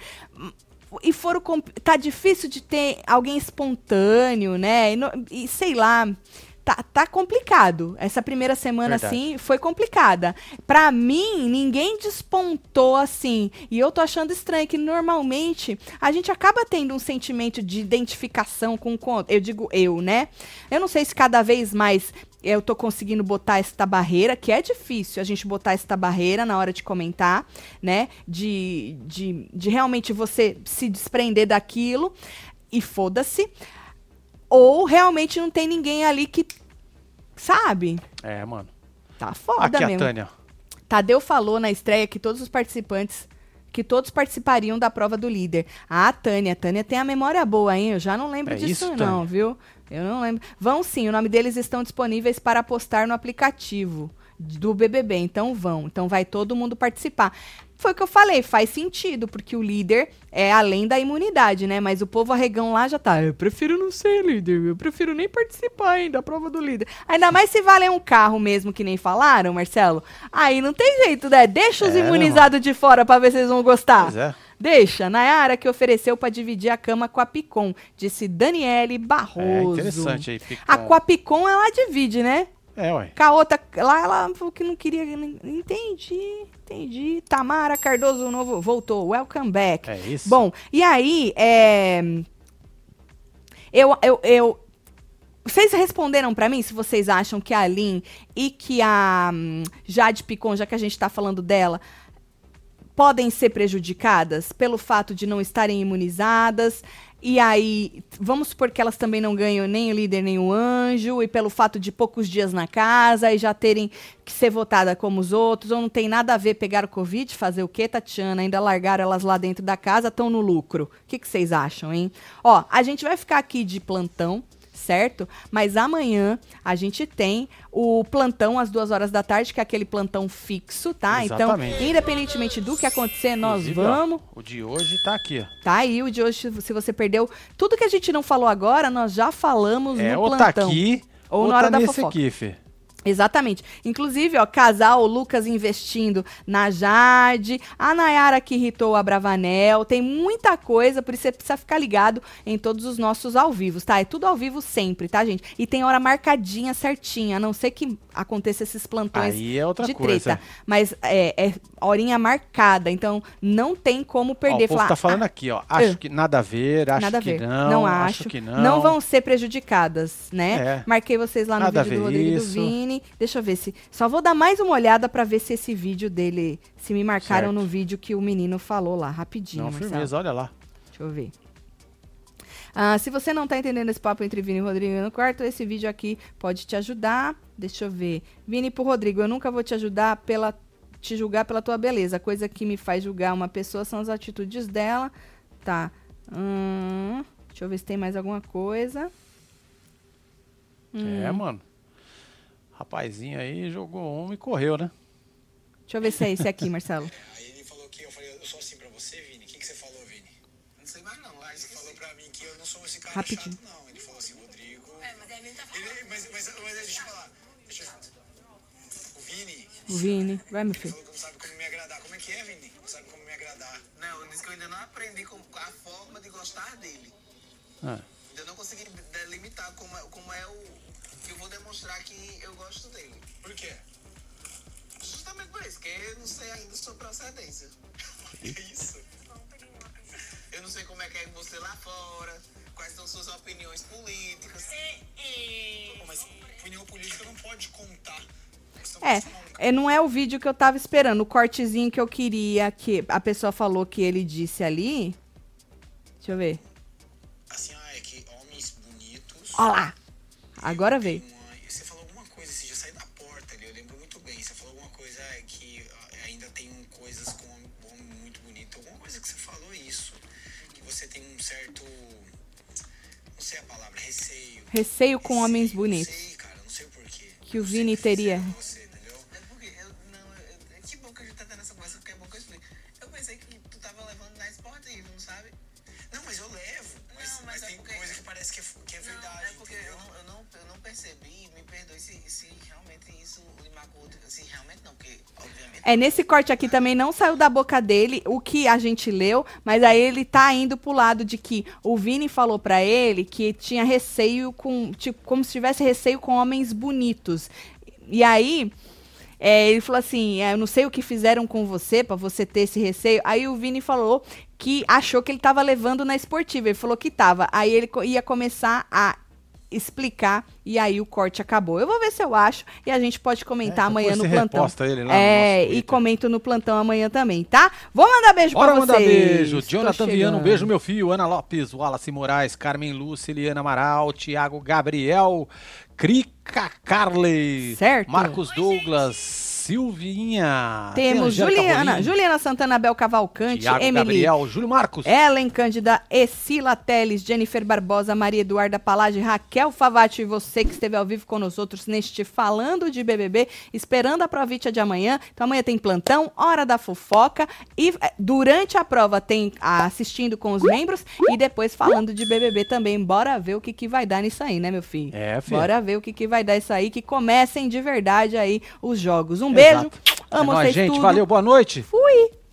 Speaker 1: E foram. comp- Tá difícil de ter alguém espontâneo, né? E, no- e sei lá. Tá, tá complicado. Essa primeira semana,
Speaker 2: Verdade.
Speaker 1: assim, foi complicada. Pra mim, ninguém despontou assim. E eu tô achando estranho que normalmente a gente acaba tendo um sentimento de identificação com o conto. Eu digo eu, né? Eu não sei se cada vez mais eu tô conseguindo botar esta barreira, que é difícil a gente botar esta barreira na hora de comentar, né? De, de, de realmente você se desprender daquilo e foda-se. Ou realmente não tem ninguém ali que, sabe?
Speaker 2: É, mano.
Speaker 1: Tá foda
Speaker 2: Aqui a
Speaker 1: mesmo.
Speaker 2: Tânia.
Speaker 1: Tadeu falou na estreia que todos os participantes, que todos participariam da prova do líder. Ah, Tânia, a Tânia tem a memória boa, hein? Eu já não lembro
Speaker 2: É
Speaker 1: disso
Speaker 2: isso,
Speaker 1: não,
Speaker 2: Tânia?
Speaker 1: viu? Eu não lembro. Vão sim, o nome deles estão disponíveis para postar no aplicativo do B B B, então vão. Então vai todo mundo participar. Foi o que eu falei, faz sentido, porque o líder é além da imunidade, né? Mas o povo arregão lá já tá. Eu prefiro não ser líder, eu prefiro nem participar ainda da prova do líder. Ainda mais se valer um carro mesmo, que nem falaram, Marcelo. Aí não tem jeito, né? Deixa os
Speaker 2: É, né,
Speaker 1: imunizados de fora pra ver se eles vão gostar.
Speaker 2: Pois é.
Speaker 1: Deixa, Nayara que ofereceu pra dividir a cama com a Picon, disse Daniele
Speaker 2: É
Speaker 1: Barroso.
Speaker 2: interessante aí. Picon.
Speaker 1: A com a Picon ela divide, né?
Speaker 2: É, ué.
Speaker 1: Com a outra, lá ela falou que não queria. Entendi, entendi. Tamara Cardoso Novo voltou. Welcome back.
Speaker 2: É isso.
Speaker 1: Bom, e aí, é. Eu, eu, eu. Vocês responderam pra mim se vocês acham que a Aline e que a hum, Jade Picon, já que a gente tá falando dela, podem ser prejudicadas pelo fato de não estarem imunizadas. E aí, vamos supor que elas também não ganham nem o líder nem o anjo, e pelo fato de poucos dias na casa e já terem que ser votada como os outros, ou não tem nada a ver pegar o Covid, fazer o quê, Tatiana? Ainda largaram elas lá dentro da casa, estão no lucro. O que, que vocês acham, hein? Ó, a gente vai ficar aqui de plantão, certo? Mas amanhã a gente tem o plantão às duas horas da tarde, que é aquele plantão fixo, tá?
Speaker 2: Exatamente.
Speaker 1: Então, independentemente do que acontecer, nós
Speaker 2: Inclusive, ó,
Speaker 1: vamos.
Speaker 2: o de hoje tá aqui, ó.
Speaker 1: Tá aí o de hoje, se você perdeu. Tudo que a gente não falou agora, nós já falamos
Speaker 2: É,
Speaker 1: no
Speaker 2: ou tá
Speaker 1: plantão.
Speaker 2: aqui,
Speaker 1: Ou
Speaker 2: ou
Speaker 1: na hora
Speaker 2: tá
Speaker 1: da
Speaker 2: nesse
Speaker 1: fofoca.
Speaker 2: aqui, Fê.
Speaker 1: Exatamente. Inclusive, ó, casal, Lucas investindo na Jade, a Nayara que irritou a Bravanel, tem muita coisa, por isso você precisa ficar ligado em todos os nossos ao vivos, tá? É tudo ao vivo sempre, tá, gente? E tem hora marcadinha, certinha, a não ser que aconteça esses plantões
Speaker 2: Aí é outra
Speaker 1: de
Speaker 2: coisa.
Speaker 1: treta. Mas é, é horinha marcada, então não tem como
Speaker 2: Ó,
Speaker 1: perder.
Speaker 2: o povo
Speaker 1: Falar,
Speaker 2: tá falando
Speaker 1: "Ah,
Speaker 2: aqui, ó. Acho
Speaker 1: ah,
Speaker 2: que nada a ver, acho
Speaker 1: nada a
Speaker 2: que
Speaker 1: ver.
Speaker 2: não,
Speaker 1: acho.
Speaker 2: acho que não.
Speaker 1: vão ser prejudicadas, né?
Speaker 2: É.
Speaker 1: Marquei vocês lá no
Speaker 2: Nada a
Speaker 1: vídeo do
Speaker 2: ver
Speaker 1: Rodrigo e do
Speaker 2: isso.
Speaker 1: Vini. Deixa eu ver se. Só vou dar mais uma olhada pra ver se esse vídeo dele. Se me marcaram
Speaker 2: Certo.
Speaker 1: no vídeo que o menino falou lá, rapidinho.
Speaker 2: Não,
Speaker 1: Marcelo.
Speaker 2: firmeza, olha lá.
Speaker 1: Deixa eu ver. Ah, se você não tá entendendo esse papo entre Vini e Rodrigo no quarto, esse vídeo aqui pode te ajudar. Deixa eu ver. Vini pro Rodrigo, eu nunca vou te ajudar pela. Te julgar pela tua beleza. A coisa que me faz julgar uma pessoa são as atitudes dela. Tá. Hum, deixa eu ver se tem mais alguma coisa.
Speaker 2: É,
Speaker 1: Hum.
Speaker 2: mano. Rapazinho aí jogou um e correu, né?
Speaker 1: Deixa eu ver se é esse aqui, Marcelo.
Speaker 3: Aí ele falou que eu falei, eu sou assim pra você, Vini. O que, que você falou, Vini? Não sei mais não. Lá ele falou pra mim que eu não sou esse cara
Speaker 1: Rapidinho.
Speaker 3: chato, não. Ele falou assim, Rodrigo.
Speaker 4: É, mas aí ele tá falando.
Speaker 3: Ele, mas, mas, mas deixa eu falar. Deixa eu... O Vini.
Speaker 1: O Vini. Vai, meu
Speaker 3: Ele
Speaker 1: filho.
Speaker 3: falou que não sabe como me agradar. Como é que é, Vini? Não sabe como me agradar.
Speaker 5: Não, eu disse que eu ainda não aprendi como, a forma de gostar dele.
Speaker 2: Ah,
Speaker 5: Ainda não consegui delimitar como é, como é o que eu vou demonstrar que eu gosto dele.
Speaker 3: Por quê?
Speaker 5: Justamente por isso, que eu não sei ainda sua procedência.
Speaker 3: Que isso?
Speaker 5: Eu não sei como é que é você lá fora, quais são suas opiniões políticas.
Speaker 3: Pô, mas opinião política não pode contar.
Speaker 1: É, é, não é o vídeo que eu tava esperando. O cortezinho que eu queria, que a pessoa falou que ele disse ali. Deixa eu ver.
Speaker 3: Assim, ah, é que homens bonitos...
Speaker 1: Ó lá. Agora veio.
Speaker 3: Uma- Você falou alguma coisa, você já saiu da porta ali, eu lembro muito bem. Você falou alguma coisa é, que ah, ainda tem coisas com homem homem muito bonito. Alguma coisa que você falou isso. Que você tem um certo... Não sei a palavra, receio.
Speaker 1: Receio com homens
Speaker 3: Receio,
Speaker 1: bonitos.
Speaker 3: Não sei, cara, não sei o porquê.
Speaker 1: Que o
Speaker 3: Não sei
Speaker 1: Vini
Speaker 3: que fizeram
Speaker 1: teria.
Speaker 3: com você, entendeu?
Speaker 5: É porque eu não. É, que bom que a gente tá tendo essa conversa, porque é bom que eu explique. Eu pensei que tu tava levando na esportiva, não sabe?
Speaker 3: Não, mas eu levo. Mas,
Speaker 5: Não, mas
Speaker 3: mas
Speaker 5: é
Speaker 3: tem
Speaker 5: porque-
Speaker 3: coisa que parece que é, que é
Speaker 5: Não,
Speaker 3: verdade.
Speaker 5: é porque eu
Speaker 3: entendeu?
Speaker 5: não, eu, não, eu não percebi, me perdoe se, se realmente isso lhe magoou. Se realmente não, porque obviamente.
Speaker 1: É, nesse corte aqui também não saiu da boca dele o que a gente leu, mas aí ele tá indo pro lado de que o Vini falou pra ele que tinha receio com, tipo, como se tivesse receio com homens bonitos. E aí, é, ele falou assim, é, eu não sei o que fizeram com você pra você ter esse receio. Aí o Vini falou que achou que ele tava levando na esportiva, ele falou que tava. Aí ele co- ia começar a explicar e aí o corte acabou. Eu vou ver se eu acho e a gente pode comentar
Speaker 2: É,
Speaker 1: amanhã
Speaker 2: depois
Speaker 1: no
Speaker 2: você
Speaker 1: plantão.
Speaker 2: reposta ele lá no
Speaker 1: é,
Speaker 2: nosso
Speaker 1: e
Speaker 2: Twitter.
Speaker 1: comento no plantão amanhã também, tá? Vou mandar beijo
Speaker 2: Bora
Speaker 1: pra
Speaker 2: mandar
Speaker 1: vocês.
Speaker 2: beijo.
Speaker 1: Tô
Speaker 2: Jonathan Viana, um
Speaker 1: chegando.
Speaker 2: beijo, meu filho. Ana Lopes, Wallace Moraes, Carmen Lúcia, Eliana Amaral, Thiago Gabriel, Crica Carles,
Speaker 1: Certo.
Speaker 2: Marcos Douglas, Silvinha. tem
Speaker 1: Temos
Speaker 2: Angélica
Speaker 1: Juliana,
Speaker 2: Rolim,
Speaker 1: Juliana Santana, Bel Cavalcante,
Speaker 2: Thiago
Speaker 1: Emily,
Speaker 2: Gabriel, Júlio Marcos.
Speaker 1: Ellen Cândida, Escila Teles, Jennifer Barbosa, Maria Eduarda Palage, Raquel Favati e você que esteve ao vivo com nós outros neste Falando de B B B, esperando a provítia de amanhã. Então amanhã tem plantão, hora da fofoca e eh, durante a prova tem a- assistindo com os membros e depois falando de B B B também. Bora ver o que, que vai dar nisso aí, né, meu filho?
Speaker 2: É, filho.
Speaker 1: Bora ver o que, que vai dar isso aí, que comecem de verdade aí os jogos. Um
Speaker 2: Exato.
Speaker 1: beijo,
Speaker 2: É
Speaker 1: amo
Speaker 2: nóis,
Speaker 1: vocês
Speaker 2: gente.
Speaker 1: tudo.
Speaker 2: Valeu, boa noite.
Speaker 1: Fui!